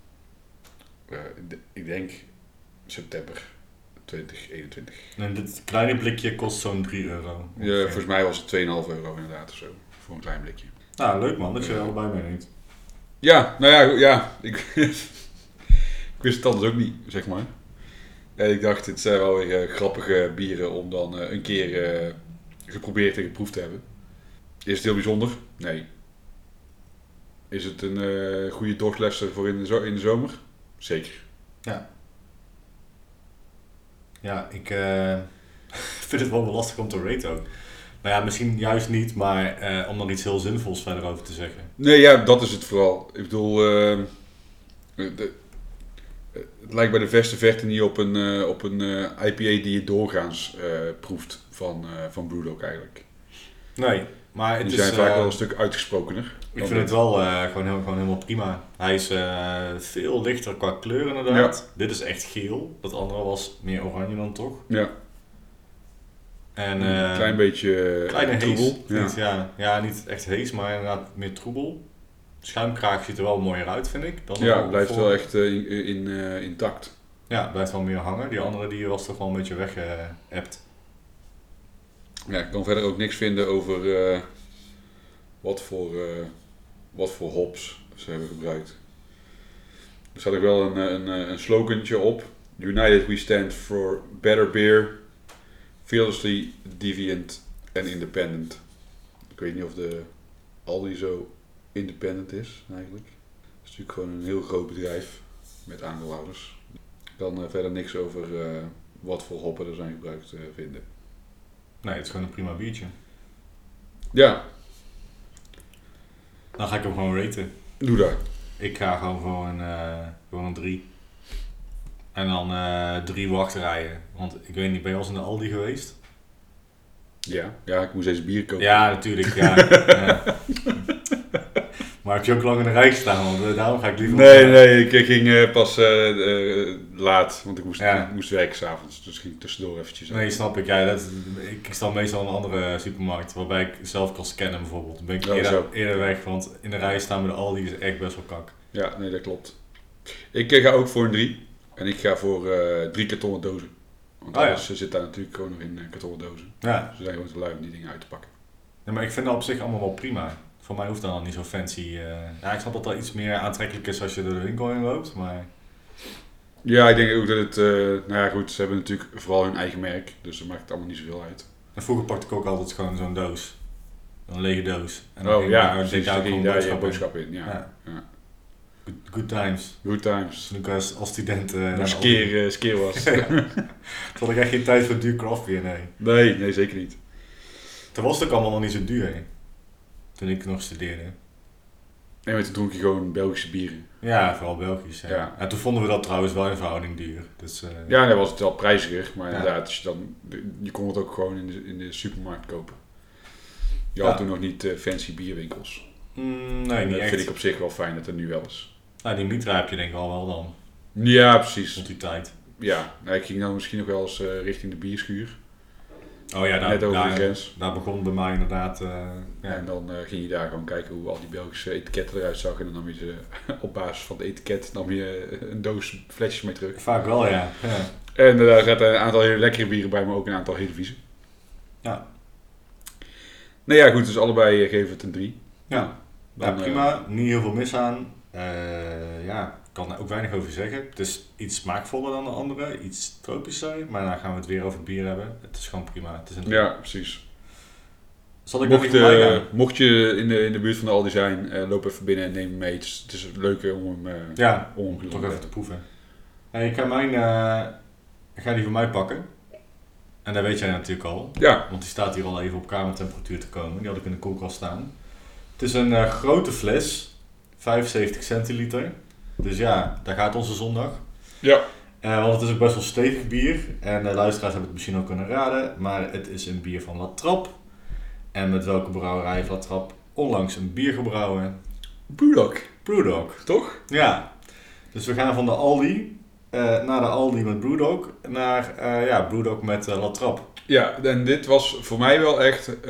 uh, d- ik denk, september twintig eenentwintig. En dit kleine blikje kost zo'n drie euro. Ja, volgens mij was het twee komma vijf euro inderdaad of zo. Voor een klein blikje. Nou, leuk man. Dat je er uh, allebei mee neemt. Ja, nou ja, ja ik, ik wist het anders ook niet, zeg maar. En ik dacht, het zijn wel weer uh, grappige bieren om dan uh, een keer uh, geprobeerd en geproefd te hebben. Is het heel bijzonder? Nee. Is het een uh, goede dorslesser voor in de, zo- in de zomer? Zeker. Ja. Ja, ik uh, vind het wel wel lastig om te raten ook. Nou ja, misschien juist niet, maar uh, om er iets heel zinvols verder over te zeggen. Nee, ja, dat is het vooral. Ik bedoel, uh, de, het lijkt bij de verste verte niet op een, uh, op een uh, I P A die je doorgaans uh, proeft van, uh, van Brewdog eigenlijk. Nee, maar het die is... zijn vaak uh, wel een stuk uitgesprokener. Ik vind het wel uh, gewoon, heel, gewoon helemaal prima. Hij is uh, veel lichter qua kleur inderdaad. Ja. Dit is echt geel. Dat andere was meer oranje dan toch? Ja. En, uh, een klein beetje kleine troebel. Hees. Ja. Niet, ja, ja, niet echt hees, maar inderdaad meer troebel. De schuimkraag ziet er wel mooier uit, vind ik. Dan ja, het blijft voor... wel echt uh, in, in, uh, intact. Ja, het blijft wel meer hangen. Die andere die was toch wel een beetje weggeëpt. Ja, ik kan verder ook niks vinden over uh, wat voor, uh, wat voor hops ze hebben gebruikt. Er staat ook wel een, een, een slogantje op. United we stand for better beer, fearlessly deviant and independent. Ik weet niet of de Aldi zo independent is eigenlijk. Het is natuurlijk gewoon een heel groot bedrijf met aandeelhouders. Ik kan uh, verder niks over uh, wat voor hoppen er zijn gebruikt uh, vinden. Nee, het is gewoon een prima biertje. Ja. Dan ga ik hem gewoon raten. Doe dat. Ik ga gewoon voor een, uh, voor een drie. En dan uh, drie wachtrijen. Want ik weet niet, ben je al eens in de Aldi geweest? Ja, ja, ik moest deze bier kopen. Ja, natuurlijk. Ja. Ja. Maar heb je ook lang in de rij gestaan? Want uh, daarom ga ik liever... Nee, nee, ik ging uh, pas uh, uh, laat, want ik moest, ja. ik moest werken s'avonds. Dus ging ik tussendoor eventjes. Nee, snap ik. Ja, dat, ik sta meestal in een andere supermarkt, waarbij ik zelf kan scannen bijvoorbeeld. Dan ben ik eerder, oh, eerder weg, want in de rij staan bij de Aldi is echt best wel kak. Ja, nee, dat klopt. Ik uh, ga ook voor een drie. En ik ga voor uh, drie kartonnen dozen. Want oh, alles ja. zit daar natuurlijk gewoon nog in uh, kartonnen dozen. Ja. Dus we zijn gewoon te lui om die dingen uit te pakken. Ja, maar ik vind dat op zich allemaal wel prima. Voor mij hoeft dat dan niet zo fancy. Uh, ja, ik snap dat dat iets meer aantrekkelijk is als je door de winkel in loopt, maar... Ja, ik denk ook dat het... Uh, nou ja, goed, ze hebben natuurlijk vooral hun eigen merk. Dus dat maakt het allemaal niet zoveel uit. En vroeger pakte ik ook altijd gewoon zo'n doos. Een lege doos. En dan oh ging ja, daar, precies. daar ging daar je boodschap in. in. Ja. Ja. Ja. Good, good times. Good times. Toen ik als, als student... Uh, Nog skeer, uh, skeer was. Ja. Toen had ik echt geen tijd voor duur craft beer, nee. Nee, nee, zeker niet. Toen was het ook allemaal nog niet zo duur, hè. Toen ik nog studeerde. Nee, maar toen dronk je gewoon Belgische bieren. Ja, vooral Belgisch. Ja. Ja. En toen vonden we dat trouwens wel in verhouding duur. Dus, uh... Ja, dan was het wel prijziger, maar ja. inderdaad, als je, dan, je kon het ook gewoon in de, in de supermarkt kopen. Je had ja. toen nog niet uh, fancy bierwinkels. Mm, nee, en niet dat echt. vind ik op zich wel fijn dat er nu wel is. Nou, die Mitra heb je denk ik al wel dan. Ja, precies. Tot die tijd. Ja, nou, ik ging dan misschien nog wel eens uh, richting de bierschuur. Oh ja, daar, net over daar, de grens. Daar begon bij mij inderdaad... Uh, ja. En dan uh, ging je daar gewoon kijken hoe al die Belgische etiketten eruit zag. En dan nam je ze op basis van het etiket nam je een doos flesjes mee terug. Vaak wel, ja. ja. En uh, daar zaten een aantal hele lekkere bieren bij, maar ook een aantal hele vieze. Ja. Nou ja, goed, dus allebei uh, geven het een drie. Ja, dan, ja prima. Uh, Niet heel veel mis aan. Uh, ja, ik kan er ook weinig over zeggen. Het is iets smaakvoller dan de andere, iets tropischer. Maar dan gaan we het weer over het bier hebben. Het is gewoon prima. Het is een ja, precies. Zal ik mocht, uh, mocht je in de, in de buurt van de Aldi zijn, uh, loop even binnen en neem hem mee. Het is, het is leuk om hem, uh, ja, om hem toch even te proeven. Hey, ik ga mijn, uh, ik ga die voor mij pakken. En dat weet jij natuurlijk al. Ja. Want die staat hier al even op kamertemperatuur te komen. Die had ik in de koelkast staan. Het is een uh, grote fles. vijfenzeventig centiliter. Dus ja, daar gaat onze zondag. Ja. Uh, want het is ook best wel stevig bier. En de luisteraars hebben het misschien ook kunnen raden. Maar het is een bier van La Trappe. En met welke brouwerij heeft La Trappe onlangs een bier gebrouwen? Brewdog. Brewdog. Toch? Ja. Dus we gaan van de Aldi uh, naar de Aldi met Brewdog. Naar uh, ja, Brewdog met uh, La Trappe. Ja, en dit was voor mij wel echt uh,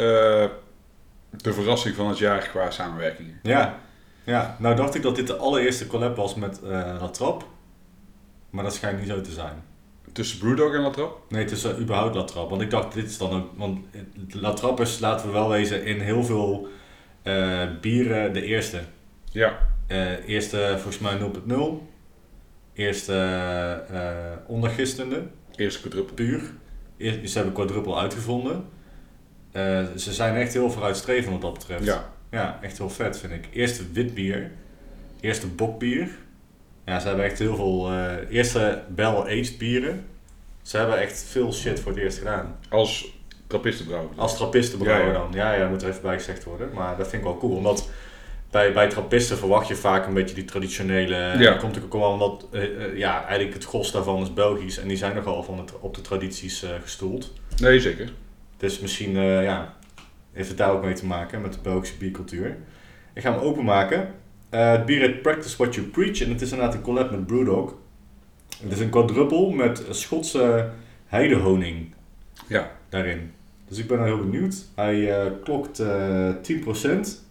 de verrassing van het jaar qua samenwerkingen. Ja. Ja, nou dacht ik dat dit de allereerste collab was met uh, La Trappe. Maar dat schijnt niet zo te zijn. Tussen Brewdog en La Trappe? Nee, tussen überhaupt La Trappe. Want ik dacht, dit is dan ook... Want La Trappe is, laten we wel wezen, in heel veel uh, bieren de eerste. Ja. Uh, eerste volgens mij nul punt nul. Eerste uh, uh, ondergistende. Eerste quadruple. Puur. Eerst, ze hebben quadruple uitgevonden. Uh, ze zijn echt heel vooruitstrevend wat dat betreft. Ja. Ja, echt heel vet vind ik. Eerste wit bier. Eerste bokbier. Ja, ze hebben echt heel veel... Uh, eerste barrel-aged bieren. Ze hebben echt veel shit voor het eerst gedaan. Als trappistenbrouwer. Als trappistenbrouwer ja, ja. dan. Ja, ja, dat moet er even bij gezegd worden. Maar dat vind ik wel cool. Omdat bij, bij trappisten verwacht je vaak een beetje die traditionele... Ja. Dat komt natuurlijk ook wel omdat... Uh, uh, ja, eigenlijk het gros daarvan is Belgisch. En die zijn nogal van het, op de tradities uh, gestoeld. Nee, zeker. Dus misschien, uh, ja... heeft het daar ook mee te maken met de Belgische biercultuur. Ik ga hem openmaken. Uh, het bier heet Practice What You Preach en het is inderdaad een collab met Brewdog. Het is een quadruple met Schotse heidehoning ja. daarin. Dus ik ben er heel benieuwd. Hij uh, klokt uh, tien procent.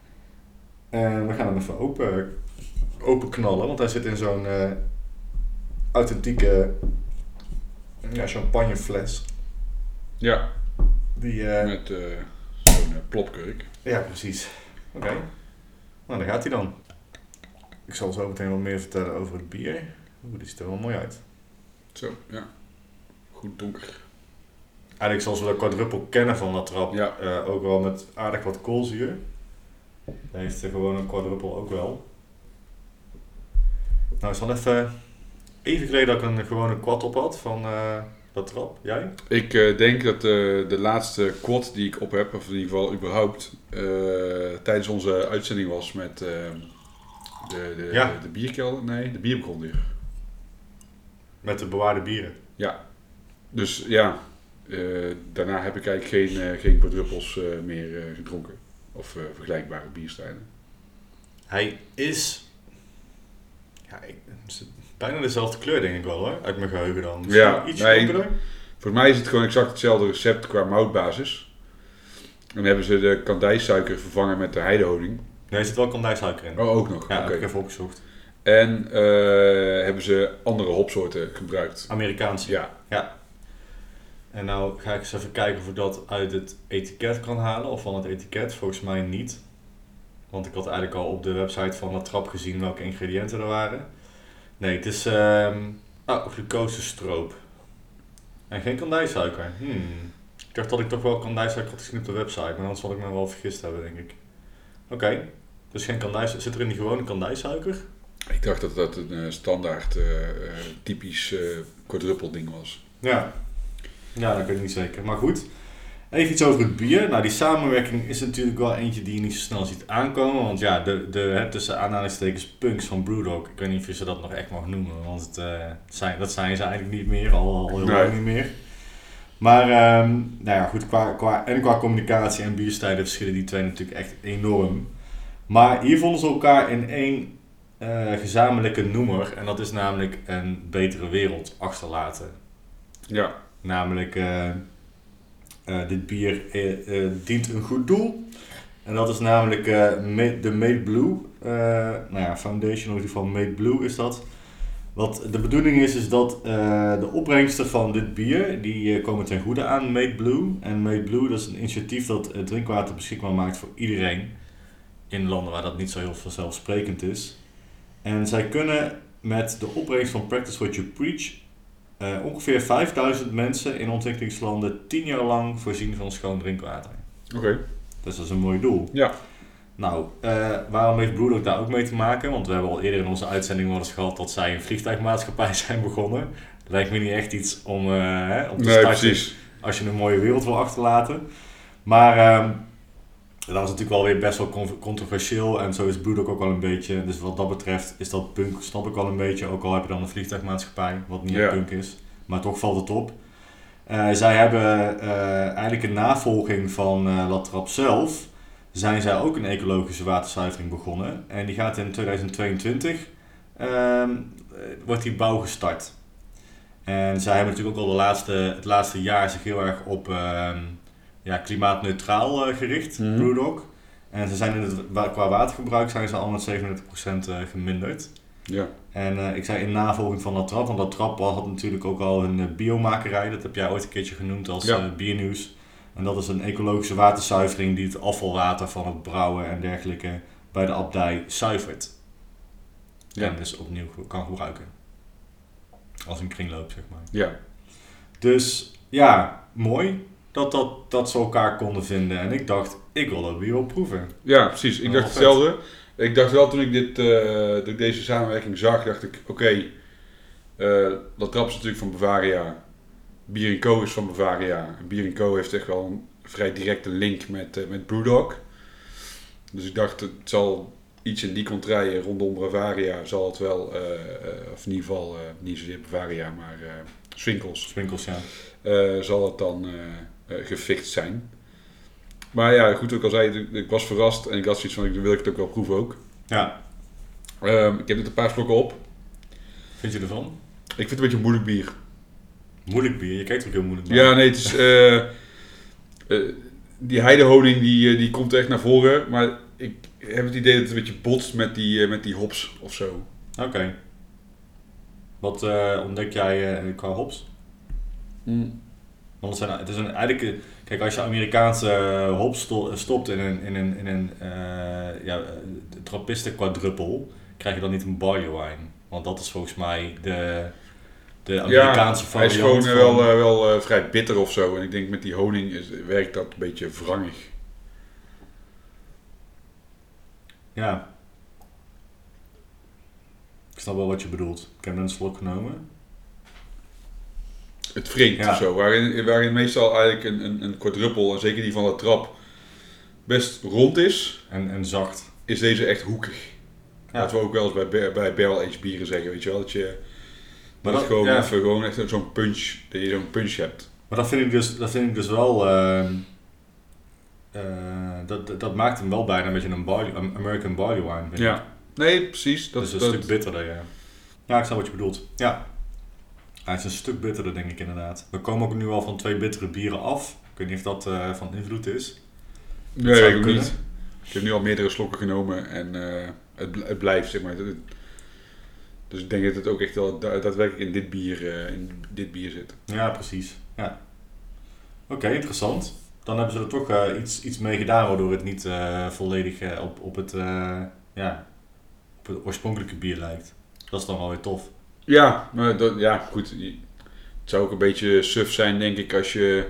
En we gaan hem even open, open knallen, want hij zit in zo'n uh, authentieke ja, champagnefles. Ja. Die, uh, met uh, zo'n uh, plopkurk. Ja, precies. Oké. Okay. Nou, daar gaat hij dan. Ik zal zo meteen wat meer vertellen over het bier. Oeh, die ziet er wel mooi uit. Zo, ja. Goed donker. Eigenlijk zoals we de quadruppel kennen van La Trappe. Ja. Uh, ook wel met aardig wat koolzuur. Daar heeft er gewoon een quadruppel ook wel. Nou, is al even... Even geleden dat ik een gewone quad op had van uh, La Trappe. Jij? Ik uh, denk dat uh, de laatste quad die ik op heb, of in ieder geval überhaupt, uh, tijdens onze uitzending was met uh, de, de, ja. de, de bierkelder. Nee, de bierbegondier. Met de bewaarde bieren. Ja. Dus ja, uh, daarna heb ik eigenlijk geen, uh, geen quadruppels uh, meer uh, gedronken. Of uh, vergelijkbare bierstijlen. Hij is... Ja, ik, bijna dezelfde kleur denk ik wel hoor, uit mijn geheugen dan. Misschien ja, iets nee, donkerder. Voor mij is het gewoon exact hetzelfde recept qua moutbasis. En dan hebben ze de kandijsuiker vervangen met de heidehoning. Nee, er zit wel kandijsuiker in. Oh, ook nog? Ja, okay. heb ik even opgezocht. En uh, hebben ze andere hopsoorten gebruikt. Amerikaanse? Ja. Ja. En nou ga ik eens even kijken of ik dat uit het etiket kan halen, of van het etiket. Volgens mij niet. Want ik had eigenlijk al op de website van La Trappe gezien welke ingrediënten er waren. Nee, het is um, oh, glucosestroop. En geen kandijsuiker. Hmm. Ik dacht dat ik toch wel kandijsuiker had gezien op de website, maar anders zal ik me wel vergist hebben, denk ik. Oké, okay. Dus geen kandijsuiker. Zit er in die gewone kandijsuiker? Ik dacht dat dat een uh, standaard, uh, typisch uh, quadruppel ding was. Ja. Ja, dat weet ik niet zeker. Maar goed. Even iets over het bier. Nou, die samenwerking is natuurlijk wel eentje die je niet zo snel ziet aankomen. Want ja, de, de hè, tussen aanhalingstekens punks van Brewdog, ik weet niet of je ze dat nog echt mag noemen. Want het, uh, zijn, dat zijn ze eigenlijk niet meer, al, al heel nee. lang niet meer. Maar um, nou ja, goed, qua, qua, en qua communicatie en bierstijlen verschillen die twee natuurlijk echt enorm. Maar hier vonden ze elkaar in één uh, gezamenlijke noemer. En dat is namelijk een betere wereld achterlaten. Ja. Namelijk... Uh, Uh, dit bier uh, uh, dient een goed doel. En dat is namelijk uh, made, de Made Blue. Uh, nou ja, Foundation, in ieder geval Made Blue is dat. Wat de bedoeling is, is dat uh, de opbrengsten van dit bier, die uh, komen ten goede aan Made Blue. En Made Blue, dat is een initiatief dat uh, drinkwater beschikbaar maakt voor iedereen. In landen waar dat niet zo heel vanzelfsprekend is. En zij kunnen met de opbrengst van Practice What You Preach... Uh, ongeveer vijfduizend mensen in ontwikkelingslanden tien jaar lang voorzien van schoon drinkwater. Oké. Okay. Dus dat is een mooi doel. Ja. Nou, uh, waarom heeft Brewdog daar ook mee te maken? Want we hebben al eerder in onze uitzending wel eens gehad dat zij een vliegtuigmaatschappij zijn begonnen. Dat lijkt me niet echt iets om, uh, hè, om te nee, starten precies. Als je een mooie wereld wil achterlaten. Maar um, dat was natuurlijk wel weer best wel controversieel en zo is Brewdog ook wel een beetje. Dus wat dat betreft is dat punk, snap ik wel een beetje. Ook al heb je dan een vliegtuigmaatschappij, wat niet ja. punk is. Maar toch valt het op. Uh, zij hebben uh, eigenlijk een navolging van uh, La Trappe zelf. Zijn zij ook een ecologische waterzuivering begonnen. En die gaat in tweeduizend tweeëntwintig, uh, wordt die bouw gestart. En zij hebben natuurlijk ook al de laatste, het laatste jaar zich heel erg op uh, ja, klimaatneutraal uh, gericht, mm-hmm. Brewdog. En ze zijn in het, qua watergebruik zijn ze al met zevenendertig procent uh, geminderd. Ja. En uh, ik zei in navolging van La Trappe, want La Trappe had natuurlijk ook al een uh, biomakerij. Dat heb jij ooit een keertje genoemd als ja. uh, Biernieuws. En dat is een ecologische waterzuivering die het afvalwater van het brouwen en dergelijke bij de abdij zuivert. Ja. En dus opnieuw kan gebruiken. Als een kringloop, zeg maar. Ja. Dus ja, mooi dat, dat, dat ze elkaar konden vinden. En ik dacht, ik wil dat bier wel proeven. Ja, precies. Ik dacht hetzelfde. Ik dacht wel toen ik dit, uh, deze samenwerking zag, dacht ik, oké, okay, uh, La Trappe is natuurlijk van Bavaria. Bier en Co is van Bavaria. Bier en Co heeft echt wel een vrij directe link met, uh, met Brewdog. Dus ik dacht, het zal iets in die contraien rondom Bavaria zal het wel, uh, uh, of in ieder geval uh, niet zozeer Bavaria, maar uh, Swinkels. Swinkels, ja. Uh, zal het dan uh, uh, gefixt zijn. Maar ja, goed, ook al zei ik, ik was verrast en ik had zoiets van, ik wil ik het ook wel proeven ook. Ja. Um, ik heb er een paar slokken op. Vind je ervan? Ik vind het een beetje een moeilijk bier. Moeilijk bier? Je kijkt ook heel moeilijk naar. Ja, nee, het is... Uh, uh, die heidehoning die, uh, die komt echt naar voren, maar ik heb het idee dat het een beetje botst met die, uh, met die hops of zo. Oké. Okay. Wat uh, ontdek jij uh, qua hops? Mm. Want het, zijn, het is een, eigenlijk, kijk, als je Amerikaanse hop sto, stopt in een, in een, in een uh, ja, trappisten quadruppel, krijg je dan niet een barley wine. Want dat is volgens mij de, de Amerikaanse ja, variant. Hij is gewoon van, wel, uh, wel uh, vrij bitter of zo. En ik denk met die honing is, werkt dat een beetje wrangig. Ja. Ik snap wel wat je bedoelt. Ik heb een slok genomen. Het wringt ja. of zo. Waarin, waarin meestal eigenlijk een, een, een quadruppel, en zeker die van de trap, best rond is. En, en zacht. Is deze echt hoekig. Ja. Dat we ook wel eens bij, bij barrel-aged bieren zeggen, weet je wel. Dat je maar dat, dat gewoon, ja. even, gewoon echt zo'n punch, dat je zo'n punch hebt. Maar dat vind ik dus, dat vind ik dus wel... Uh, uh, dat, dat maakt hem wel bijna een beetje een barley, American barley wine. Vind ja. ik. Nee, precies. Dat is een dat... stuk bitterder, ja. Ja, ik snap wat je bedoelt. Ja. Hij is een stuk bitterder, denk ik inderdaad. We komen ook nu al van twee bittere bieren af. Ik weet niet of dat uh, van invloed is. Nee, weet ik ook niet. Ik heb nu al meerdere slokken genomen en uh, het, het blijft, zeg maar. Dus ik denk dat het ook echt wel daadwerkelijk in dit bier, uh, in dit bier zit. Ja, precies. Ja. Oké, okay, interessant. Dan hebben ze er toch uh, iets, iets mee gedaan waardoor het niet uh, volledig uh, op, op, het, uh, ja, op het oorspronkelijke bier lijkt. Dat is dan wel weer tof. Ja, maar dat, ja, goed. Het zou ook een beetje suf zijn, denk ik, als je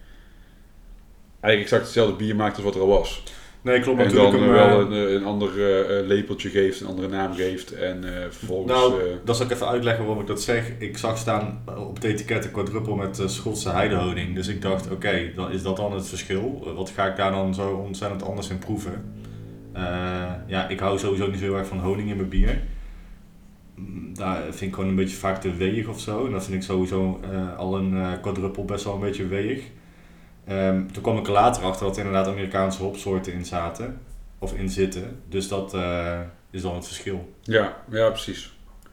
eigenlijk exact hetzelfde bier maakt als wat er al was. Nee, klopt. En natuurlijk dan een, wel een, een ander uh, lepeltje geeft, een andere naam geeft en uh, vervolgens... Nou, uh, dat zal ik even uitleggen waarom ik dat zeg. Ik zag staan op het etiket een quadruppel met uh, Schotse heidehoning. Dus ik dacht, oké, okay, dan is dat dan het verschil? Wat ga ik daar dan zo ontzettend anders in proeven? Uh, ja, ik hou sowieso niet zo erg van honing in mijn bier. Daar vind ik gewoon een beetje vaak te weeg of zo. En dat vind ik sowieso uh, al een uh, quadruppel best wel een beetje weeg. Um, toen kwam ik er later achter dat er inderdaad Amerikaanse hopsoorten in zaten. Of in zitten. Dus dat uh, is dan het verschil. Ja, ja, precies.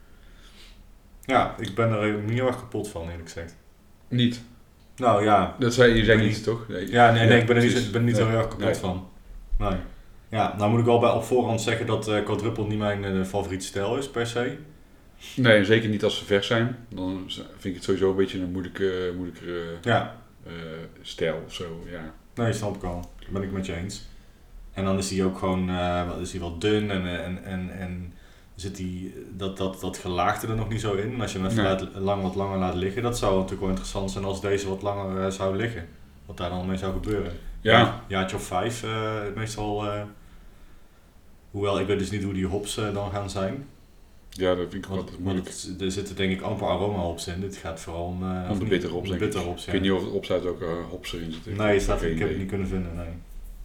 Ja, ik ben er niet heel erg kapot van, eerlijk gezegd. Niet? Nou ja. Dat zei je zei niet, toch? Nee. Ja, nee, nee, ik ben er niet, ben er niet nee. heel erg kapot nee. van. Nee. Ja, nou moet ik wel bij op voorhand zeggen dat uh, quadruppel niet mijn uh, favoriete stijl is, per se. Nee, zeker niet als ze vers zijn. Dan vind ik het sowieso een beetje een moeilijke, moeilijkere ja. uh, stijl of zo, ja. Nee, snap ik al. Dat ben ik met je eens. En dan is hij ook gewoon, uh, is hij wel dun en, en, en, en zit die, dat, dat, dat gelaagde er nog niet zo in. En als je hem even nee. laat, lang, wat langer laat liggen, dat zou natuurlijk wel interessant zijn als deze wat langer uh, zou liggen. Wat daar dan mee zou gebeuren. Ja. Een jaartje of vijf uh, meestal. Uh, hoewel, ik weet dus niet hoe die hops uh, dan gaan zijn. Ja, dat vind ik wat moeilijk. Het, er zitten denk ik amper aroma hops in. Dit gaat vooral om... Uh, om de bitter hops, de bitter hops, ja. Ik weet niet of het opstaat ook uh, hops erin zitten. Nee, staat, ik heb het niet kunnen vinden, nee.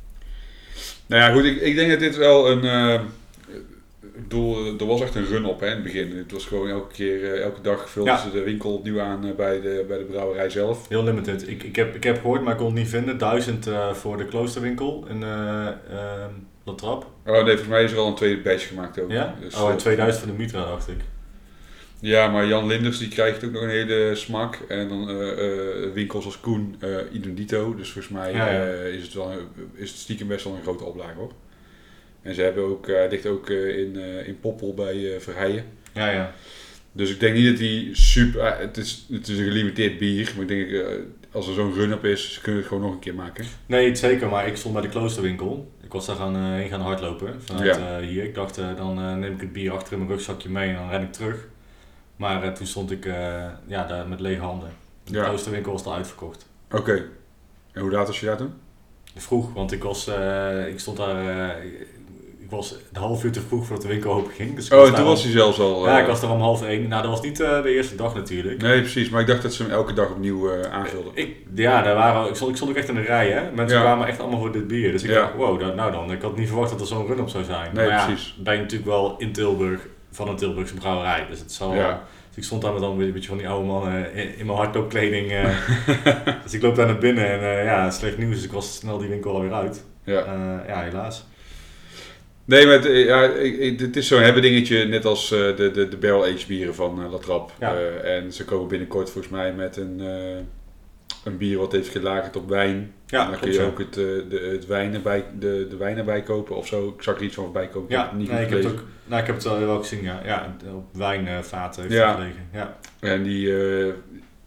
Nou ja, goed, ik, ik denk dat dit wel een... Uh, ik bedoel, er was echt een run op hè, in het begin. Het was gewoon elke keer, uh, elke dag vulden ja. ze de winkel opnieuw aan uh, bij, de, bij de brouwerij zelf. Heel limited. Ik, ik, heb, ik heb gehoord, maar ik kon het niet vinden. Duizend uh, voor de kloosterwinkel in uh, uh, La Trappe. Oh nee, volgens mij is er al een tweede batch gemaakt ook. Ja? Dus, oh, in tweeduizend voor de Mitra, dacht ik. Ja, maar Jan Linders die krijgt ook nog een hele smak. En dan uh, uh, winkels als Koen, uh, idem dito. Dus volgens mij ja, ja. Uh, is, het wel, is het stiekem best wel een grote oplage hoor. En ze hebben ook, uh, ligt ook uh, in, uh, in Poppel bij uh, Verheijen. Ja, ja. Dus ik denk niet dat die super... Uh, het, is, het is een gelimiteerd bier, maar ik denk uh, als er zo'n run-up is, ze kunnen het gewoon nog een keer maken. Nee, zeker, maar ik stond bij de kloosterwinkel. Ik was daar gaan, uh, heen gaan hardlopen vanuit ja. uh, hier. Ik dacht, uh, dan uh, neem ik het bier achter in mijn rugzakje mee en dan ren ik terug. Maar uh, toen stond ik uh, ja, daar met lege handen. De ja. kloosterwinkel was al uitverkocht. Oké. Okay. En hoe laat was je daar toen? Vroeg, want ik was, uh, ik stond daar, uh, ik was een half uur te vroeg voordat de winkel open ging. Dus oh, en toen was hij zelfs al... Ja, uh, ik was er om half één. Nou, dat was niet uh, de eerste dag natuurlijk. Nee, precies. Maar ik dacht dat ze hem elke dag opnieuw uh, aanvulden. Ik, ja, daar waren, ik, stond, ik stond ook echt in de rij, hè. Mensen ja. kwamen echt allemaal voor dit bier. Dus ik ja. dacht, wow, dat, nou dan. Ik had niet verwacht dat er zo'n run-up zou zijn. Nee, maar precies. Ja, ben je natuurlijk wel in Tilburg van een Tilburgse brouwerij. Dus het zal... Ja. Dus ik stond daar met dan een beetje van die oude mannen in, in mijn hardloopkleding. Uh, dus ik loop daar naar binnen en uh, ja, slecht nieuws. Dus ik was snel die winkel alweer uit. Ja, uh, ja helaas. Nee, maar het, ja, het is zo'n hebben dingetje, net als uh, de, de, de barrel-aged bieren van uh, La Trappe. Ja. Uh, en ze komen binnenkort volgens mij met een, uh, een bier wat heeft gelagerd op wijn. Ja, en dan kun je ook het, uh, de, het wijn erbij, de, de wijn erbij kopen of zo. Ik zag er iets van voorbij kopen. Ja, ik heb, niet nee, ik, heb het ook, nou, ik heb het wel, wel gezien, ja. Ja, op wijnvaten heeft ja. gelegen. Ja. En die, uh,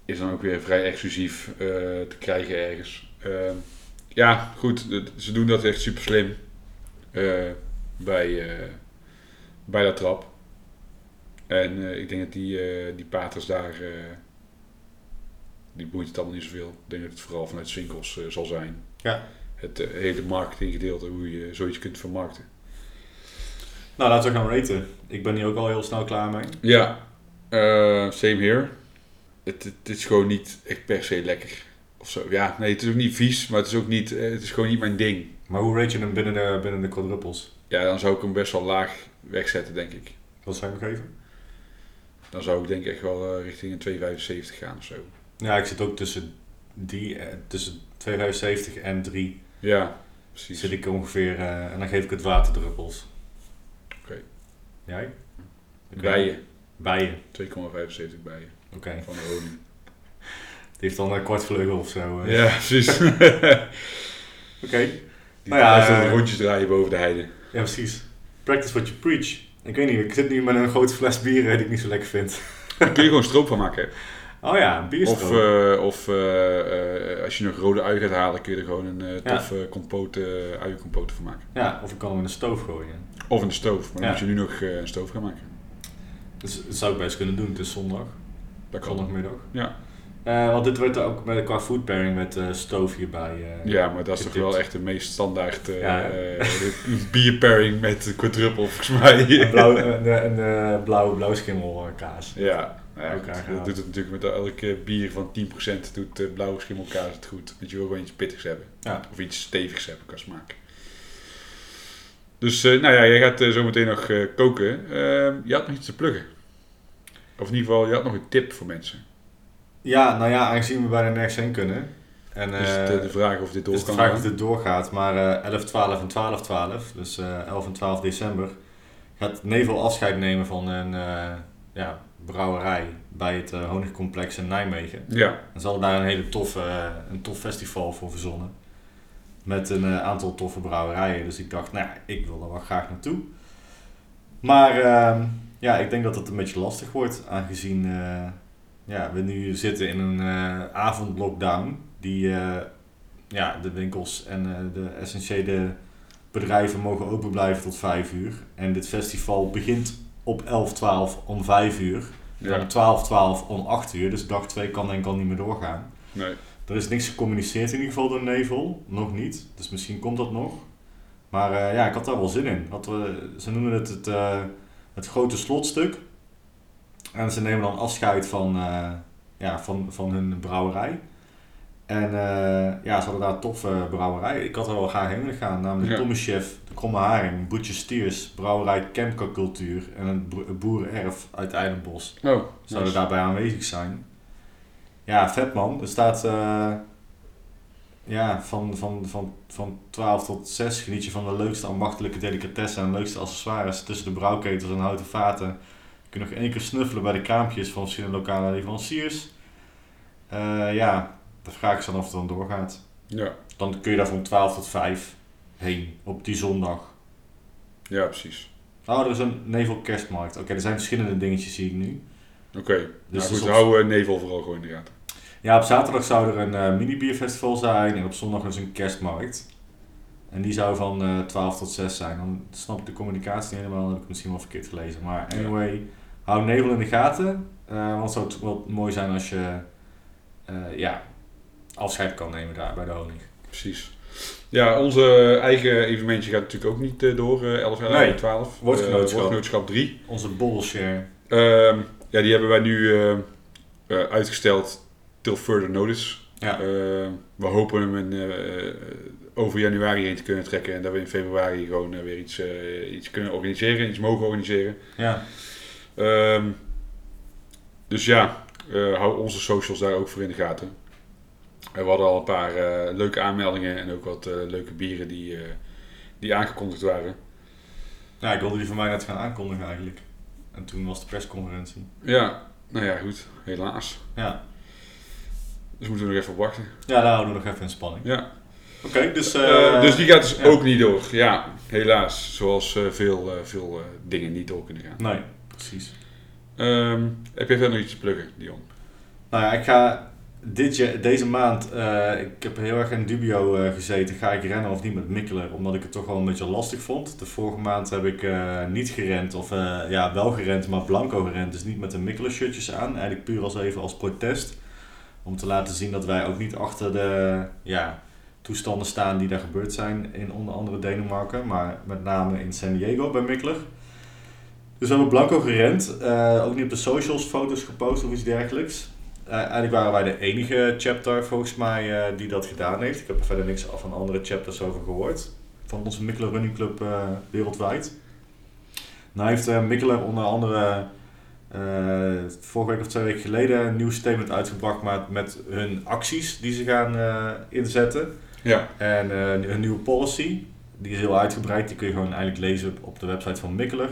is dan ook weer vrij exclusief uh, te krijgen ergens. Uh, ja, goed, ze doen dat echt super slim uh, bij, uh, bij dat trap. En uh, ik denk dat die, uh, die paters daar, uh, die boeit het allemaal niet zoveel. Ik denk dat het vooral vanuit winkels uh, zal zijn. Ja. Het uh, hele marketinggedeelte, hoe je zoiets kunt vermarkten. Nou, laten we gaan raten. Ik ben hier ook al heel snel klaar mee. Ja, uh, same here. Het, het, het is gewoon niet echt per se lekker. Of zo. Ja, nee, het is ook niet vies, maar het is ook niet, uh, het is gewoon niet mijn ding. Maar hoe rate je hem binnen de, binnen de quadruppels? Ja, dan zou ik hem best wel laag wegzetten, denk ik. Wat zou je hem geven? Dan zou ik denk ik echt wel uh, richting een twee komma vijfenzeventig gaan of zo. Ja, ik zit ook tussen, die, uh, tussen twee komma vijfenzeventig en drie. Ja, precies. Zit ik ongeveer, uh, en dan geef ik het waterdruppels. Oké. Okay. Jij? Bijen. Bijen. twee komma vijfenzeventig bijen. Oké. Okay. Van de honing. Die heeft dan een kwartvleugel of zo. Uh. Ja, precies. Oké. Okay. Die nou ja, uh, rondjes draaien boven de heide. Ja, precies. Practice what you preach. Ik weet niet, ik zit nu met een grote fles bier die ik niet zo lekker vind. Daar kun je gewoon stroop van maken. Oh ja, bierstroop. Of, uh, of uh, uh, als je nog rode ui gaat halen, kun je er gewoon een uh, toffe ja. compote, uh, uiencompote van maken. Ja, of ik kan hem in de stoof gooien. Of in de stoof, maar dan ja. moet je nu nog uh, een stoof gaan maken. Dus dat zou ik best kunnen doen, het is zondag. Dat kan. Zondagmiddag. Ja. Uh, want dit wordt ook met, qua food pairing met uh, stoof hierbij. Uh, ja, maar dat is toch wel echt de meest standaard uh, ja. uh, bier pairing met quadruppel volgens mij. Een blauw, een, een, een blauwe blauwschimmel kaas. Ja, nou ja goed, dat doet het natuurlijk met elke bier van tien procent doet uh, blauwe schimmelkaas het goed. Want je wil gewoon iets pittigs hebben. Ja. Of iets stevigs hebben qua smaak. Dus uh, nou ja, jij gaat uh, zo meteen nog uh, koken. Uh, je had nog iets te pluggen. Of in ieder geval, je had nog een tip voor mensen. Ja, nou ja, aangezien we bijna nergens heen kunnen. En, uh, is het uh, de vraag of dit doorgaat? Is de vraag of dit doorgaat, maar uh, elf, twaalf en twaalf twaalf, dus uh, elf en twaalf december, gaat Nevel afscheid nemen van een uh, ja, brouwerij bij het uh, Honingcomplex in Nijmegen. Ja. En ze hadden daar een hele toffe, uh, een tof festival voor verzonnen. Met een uh, aantal toffe brouwerijen, dus ik dacht, nou ik wil er wel graag naartoe. Maar uh, ja, ik denk dat het een beetje lastig wordt, aangezien... Uh, Ja, we nu zitten in een uh, avondlockdown die uh, ja, de winkels en uh, de essentiële bedrijven mogen open blijven tot vijf uur. En dit festival begint op elf twaalf om vijf uur. Ja. En om twaalf twaalf om acht uur, dus dag twee kan denk ik al niet meer doorgaan. Nee. Er is niks gecommuniceerd in ieder geval door Nevel, nog niet. Dus misschien komt dat nog. Maar uh, ja, ik had daar wel zin in. Wat we, ze noemen het het, uh, het grote slotstuk. En ze nemen dan afscheid van, uh, ja, van, van hun brouwerij. En uh, ja, ze hadden daar een toffe brouwerij. Ik had er wel graag heen willen gaan. Namelijk ja. Thomas Chef, de Kromme Haring, Boetje Stiers, brouwerij Kemka Cultuur en een boerenerf uit Eilenbos. Oh, zouden nice. daarbij aanwezig zijn. Ja, vet man. Er staat uh, ja, van, van, van, van twaalf tot zes geniet je van de leukste ambachtelijke delicatessen en de leukste accessoires tussen de brouwketels en houten vaten. Je kunt nog één keer snuffelen bij de kraampjes van verschillende lokale leveranciers. Uh, ja, de vraag is dan of het dan doorgaat. Ja. Dan kun je daar van twaalf tot vijf heen, op die zondag. Ja, precies. Oh, er is een Nevel kerstmarkt. Oké, okay, er zijn verschillende dingetjes zie ik nu. Oké, okay. Dus nou goed, op... hou uh, Nevel vooral gewoon in de gaten. Ja, op zaterdag zou er een uh, mini-bierfestival zijn en op zondag is een kerstmarkt. En die zou van uh, twaalf tot zes zijn. Dan snap ik de communicatie niet helemaal, dan heb ik het misschien wel verkeerd gelezen. Maar anyway... Ja. Hou Nevel in de gaten, uh, want het zou het wel mooi zijn als je uh, ja, afscheid kan nemen daar bij de honing. Precies. Ja, onze eigen evenementje gaat natuurlijk ook niet uh, door, uh, elf en twaalf. Woordgenootschap. Uh, Woordgenootschap drie. Onze borrelshare. Uh, ja, die hebben wij nu uh, uh, uitgesteld till further notice. Ja. Uh, we hopen hem in, uh, over januari heen te kunnen trekken en dat we in februari gewoon uh, weer iets, uh, iets kunnen organiseren, iets mogen organiseren. Ja. Um, dus ja, uh, hou onze socials daar ook voor in de gaten. We hadden al een paar uh, leuke aanmeldingen en ook wat uh, leuke bieren die, uh, die aangekondigd waren. Ja, ik wilde die van mij net gaan aankondigen eigenlijk. En toen was de persconferentie. Ja, nou ja, goed. Helaas. Ja. Dus moeten we nog even op wachten. Ja, daar houden we nog even in spanning. Ja. Oké, okay, dus... Uh, uh, dus die gaat dus ja. ook niet door. Ja, helaas. Zoals uh, veel, uh, veel uh, dingen niet door kunnen gaan. Nee, precies. Um, heb jij verder nog iets te pluggen, Dion? Nou ja, ik ga dit je, deze maand, uh, ik heb heel erg in dubio uh, gezeten, ga ik rennen of niet met Mikkeler, omdat ik het toch wel een beetje lastig vond. De vorige maand heb ik uh, niet gerend, of uh, ja, wel gerend, maar blanco gerend, dus niet met de Mikkeler shirtjes aan. Eigenlijk puur als even als protest, om te laten zien dat wij ook niet achter de ja, toestanden staan die daar gebeurd zijn in onder andere Denemarken, maar met name in San Diego bij Mikkeler. Dus we hebben blanco gerend, uh, ook niet op de socials foto's gepost of iets dergelijks. Uh, eigenlijk waren wij de enige chapter volgens mij uh, die dat gedaan heeft. Ik heb er verder niks van andere chapters over gehoord. Van onze Mikkeler Running Club uh, wereldwijd. Nou heeft uh, Mikkeler onder andere uh, vorige week of twee weken geleden een nieuw statement uitgebracht met, met hun acties die ze gaan uh, inzetten. Ja. En uh, een nieuwe policy. Die is heel uitgebreid. Die kun je gewoon eigenlijk lezen op de website van Mikkeler.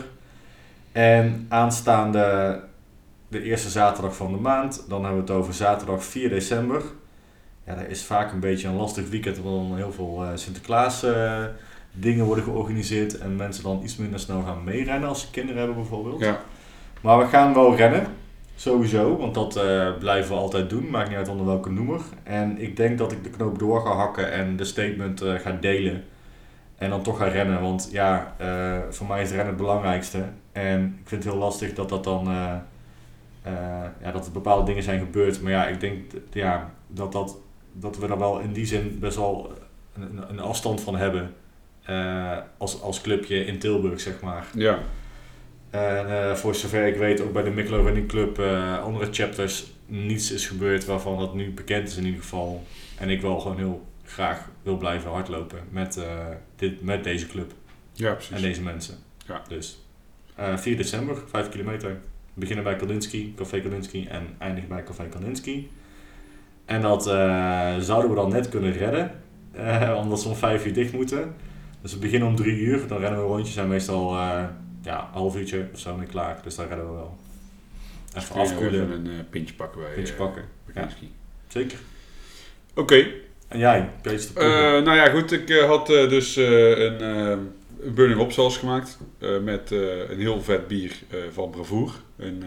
En aanstaande de eerste zaterdag van de maand, dan hebben we het over zaterdag vier december. Ja, dat is vaak een beetje een lastig weekend, omdat er heel veel uh, Sinterklaas uh, dingen worden georganiseerd en mensen dan iets minder snel gaan meerennen als ze kinderen hebben bijvoorbeeld. Ja. Maar we gaan wel rennen, sowieso, want dat uh, blijven we altijd doen, maakt niet uit onder welke noemer. En ik denk dat ik de knoop door ga hakken en de statement uh, ga delen. En dan toch gaan rennen, want ja, uh, voor mij is rennen het belangrijkste. En ik vind het heel lastig dat dat dan, uh, uh, ja, dat er bepaalde dingen zijn gebeurd. Maar ja, ik denk ja, dat, dat, dat we er wel in die zin best wel een, een afstand van hebben. Uh, als, als clubje in Tilburg, zeg maar. Ja. En uh, voor zover ik weet, ook bij de Mikkeler Running Club, uh, andere chapters, niets is gebeurd waarvan dat nu bekend is in ieder geval. En ik wel gewoon heel graag wil blijven hardlopen met, uh, dit, met deze club. Ja, precies. En deze mensen. Ja. Dus uh, vier december, vijf kilometer. We beginnen bij Kandinsky, Café Kandinsky en eindigen bij Café Kandinsky. En dat uh, zouden we dan net kunnen redden, uh, omdat we om vijf uur dicht moeten. Dus we beginnen om drie uur, dan rennen we rondjes en meestal uh, ja, een half uurtje of zo en klaar. Dus daar redden we wel. Even afkoelen. Even een uh, pintje pakken bij pintje uh, pakken. Ja. Zeker. Oké. Okay. En jij, kun je iets te proeven? Uh, nou ja, goed. Ik uh, had uh, dus uh, een uh, Burning Hop Sauce gemaakt. Uh, met uh, een heel vet bier uh, van Bravoer. Een,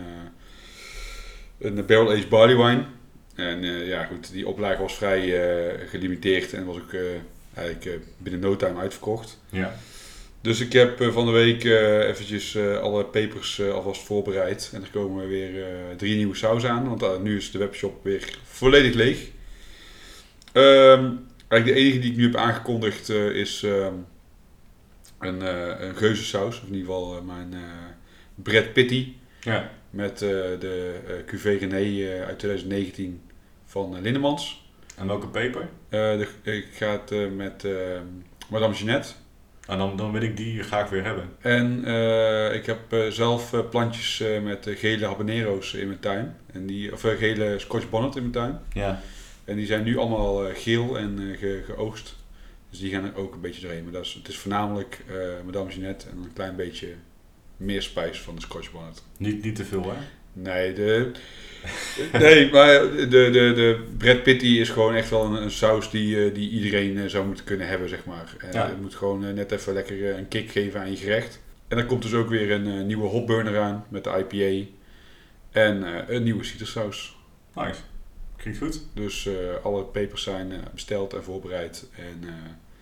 uh, een Barrel Aged Barley Wine. En uh, ja, goed. Die oplage was vrij uh, gelimiteerd. En was ook uh, eigenlijk uh, binnen no time uitverkocht. Ja. Dus ik heb uh, van de week uh, eventjes uh, alle pepers uh, alvast voorbereid. En er komen weer uh, drie nieuwe saus aan. Want uh, nu is de webshop weer volledig leeg. Um, eigenlijk de enige die ik nu heb aangekondigd uh, is um, een, uh, een geuzensaus. Of in ieder geval uh, mijn uh, Brad Pitty. Ja. Met uh, de uh, Cuvée René uh, uit twintig negentien van uh, Lindemans. En welke peper? Uh, de, ik ga het uh, met uh, Madame Jeanette. En dan, dan wil ik die graag weer hebben. En uh, ik heb uh, zelf uh, plantjes uh, met uh, gele habanero's in mijn tuin. En die, of uh, gele Scotch bonnet in mijn tuin. Ja. En die zijn nu allemaal uh, geel en uh, ge, geoogst. Dus die gaan er ook een beetje doorheen. Maar dat is, het is voornamelijk uh, Madame Jeanette en een klein beetje meer spijs van de Scotch bonnet. Niet, niet te veel, hè? Nee, de, nee maar de, de, de Brad Pitty is gewoon echt wel een, een saus die, die iedereen uh, zou moeten kunnen hebben, zeg maar. Uh, ja. Het moet gewoon uh, net even lekker uh, een kick geven aan je gerecht. En dan komt dus ook weer een uh, nieuwe hopburner aan met de I P A. En uh, een nieuwe citrussaus. Nice. Klinkt goed. Dus uh, alle pepers zijn uh, besteld en voorbereid. En uh,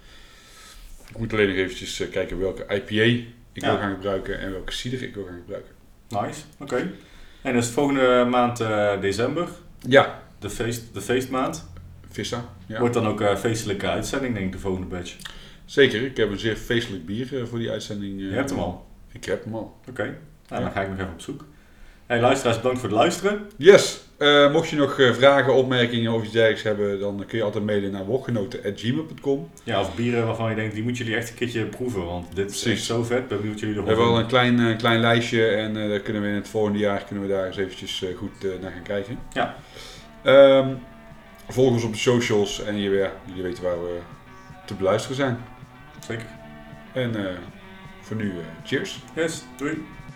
ik moet alleen nog eventjes uh, kijken welke I P A ik ja. wil gaan gebruiken en welke cider ik wil gaan gebruiken. Nice, oké. Okay. En dus volgende maand uh, december. Ja. De, feest, de feestmaand. Vissa, ja. Wordt dan ook een uh, feestelijke uitzending, denk ik, de volgende batch. Zeker, ik heb een zeer feestelijk bier uh, voor die uitzending. Uh, Je hebt hem al? Ik heb hem al. Oké, okay. nou, ja. Dan ga ik nog even op zoek. Hey luisteraars, bedankt voor het luisteren. Yes! Uh, mocht je nog uh, vragen, opmerkingen of iets dergelijks hebben, dan kun je altijd mailen naar woordgenoten at gmail dot com. Ja, of bieren waarvan je denkt, die moeten jullie echt een keertje proeven, want dit is Precies. echt zo vet. Ben benieuwd jullie we hebben wel een klein, uh, klein lijstje en uh, daar kunnen we in het volgende jaar kunnen we daar eens eventjes uh, goed uh, naar gaan kijken. Ja. Um, volg ons op de socials en jullie, ja, jullie weten waar we te beluisteren zijn. Zeker. En uh, voor nu, uh, cheers. Yes, doei.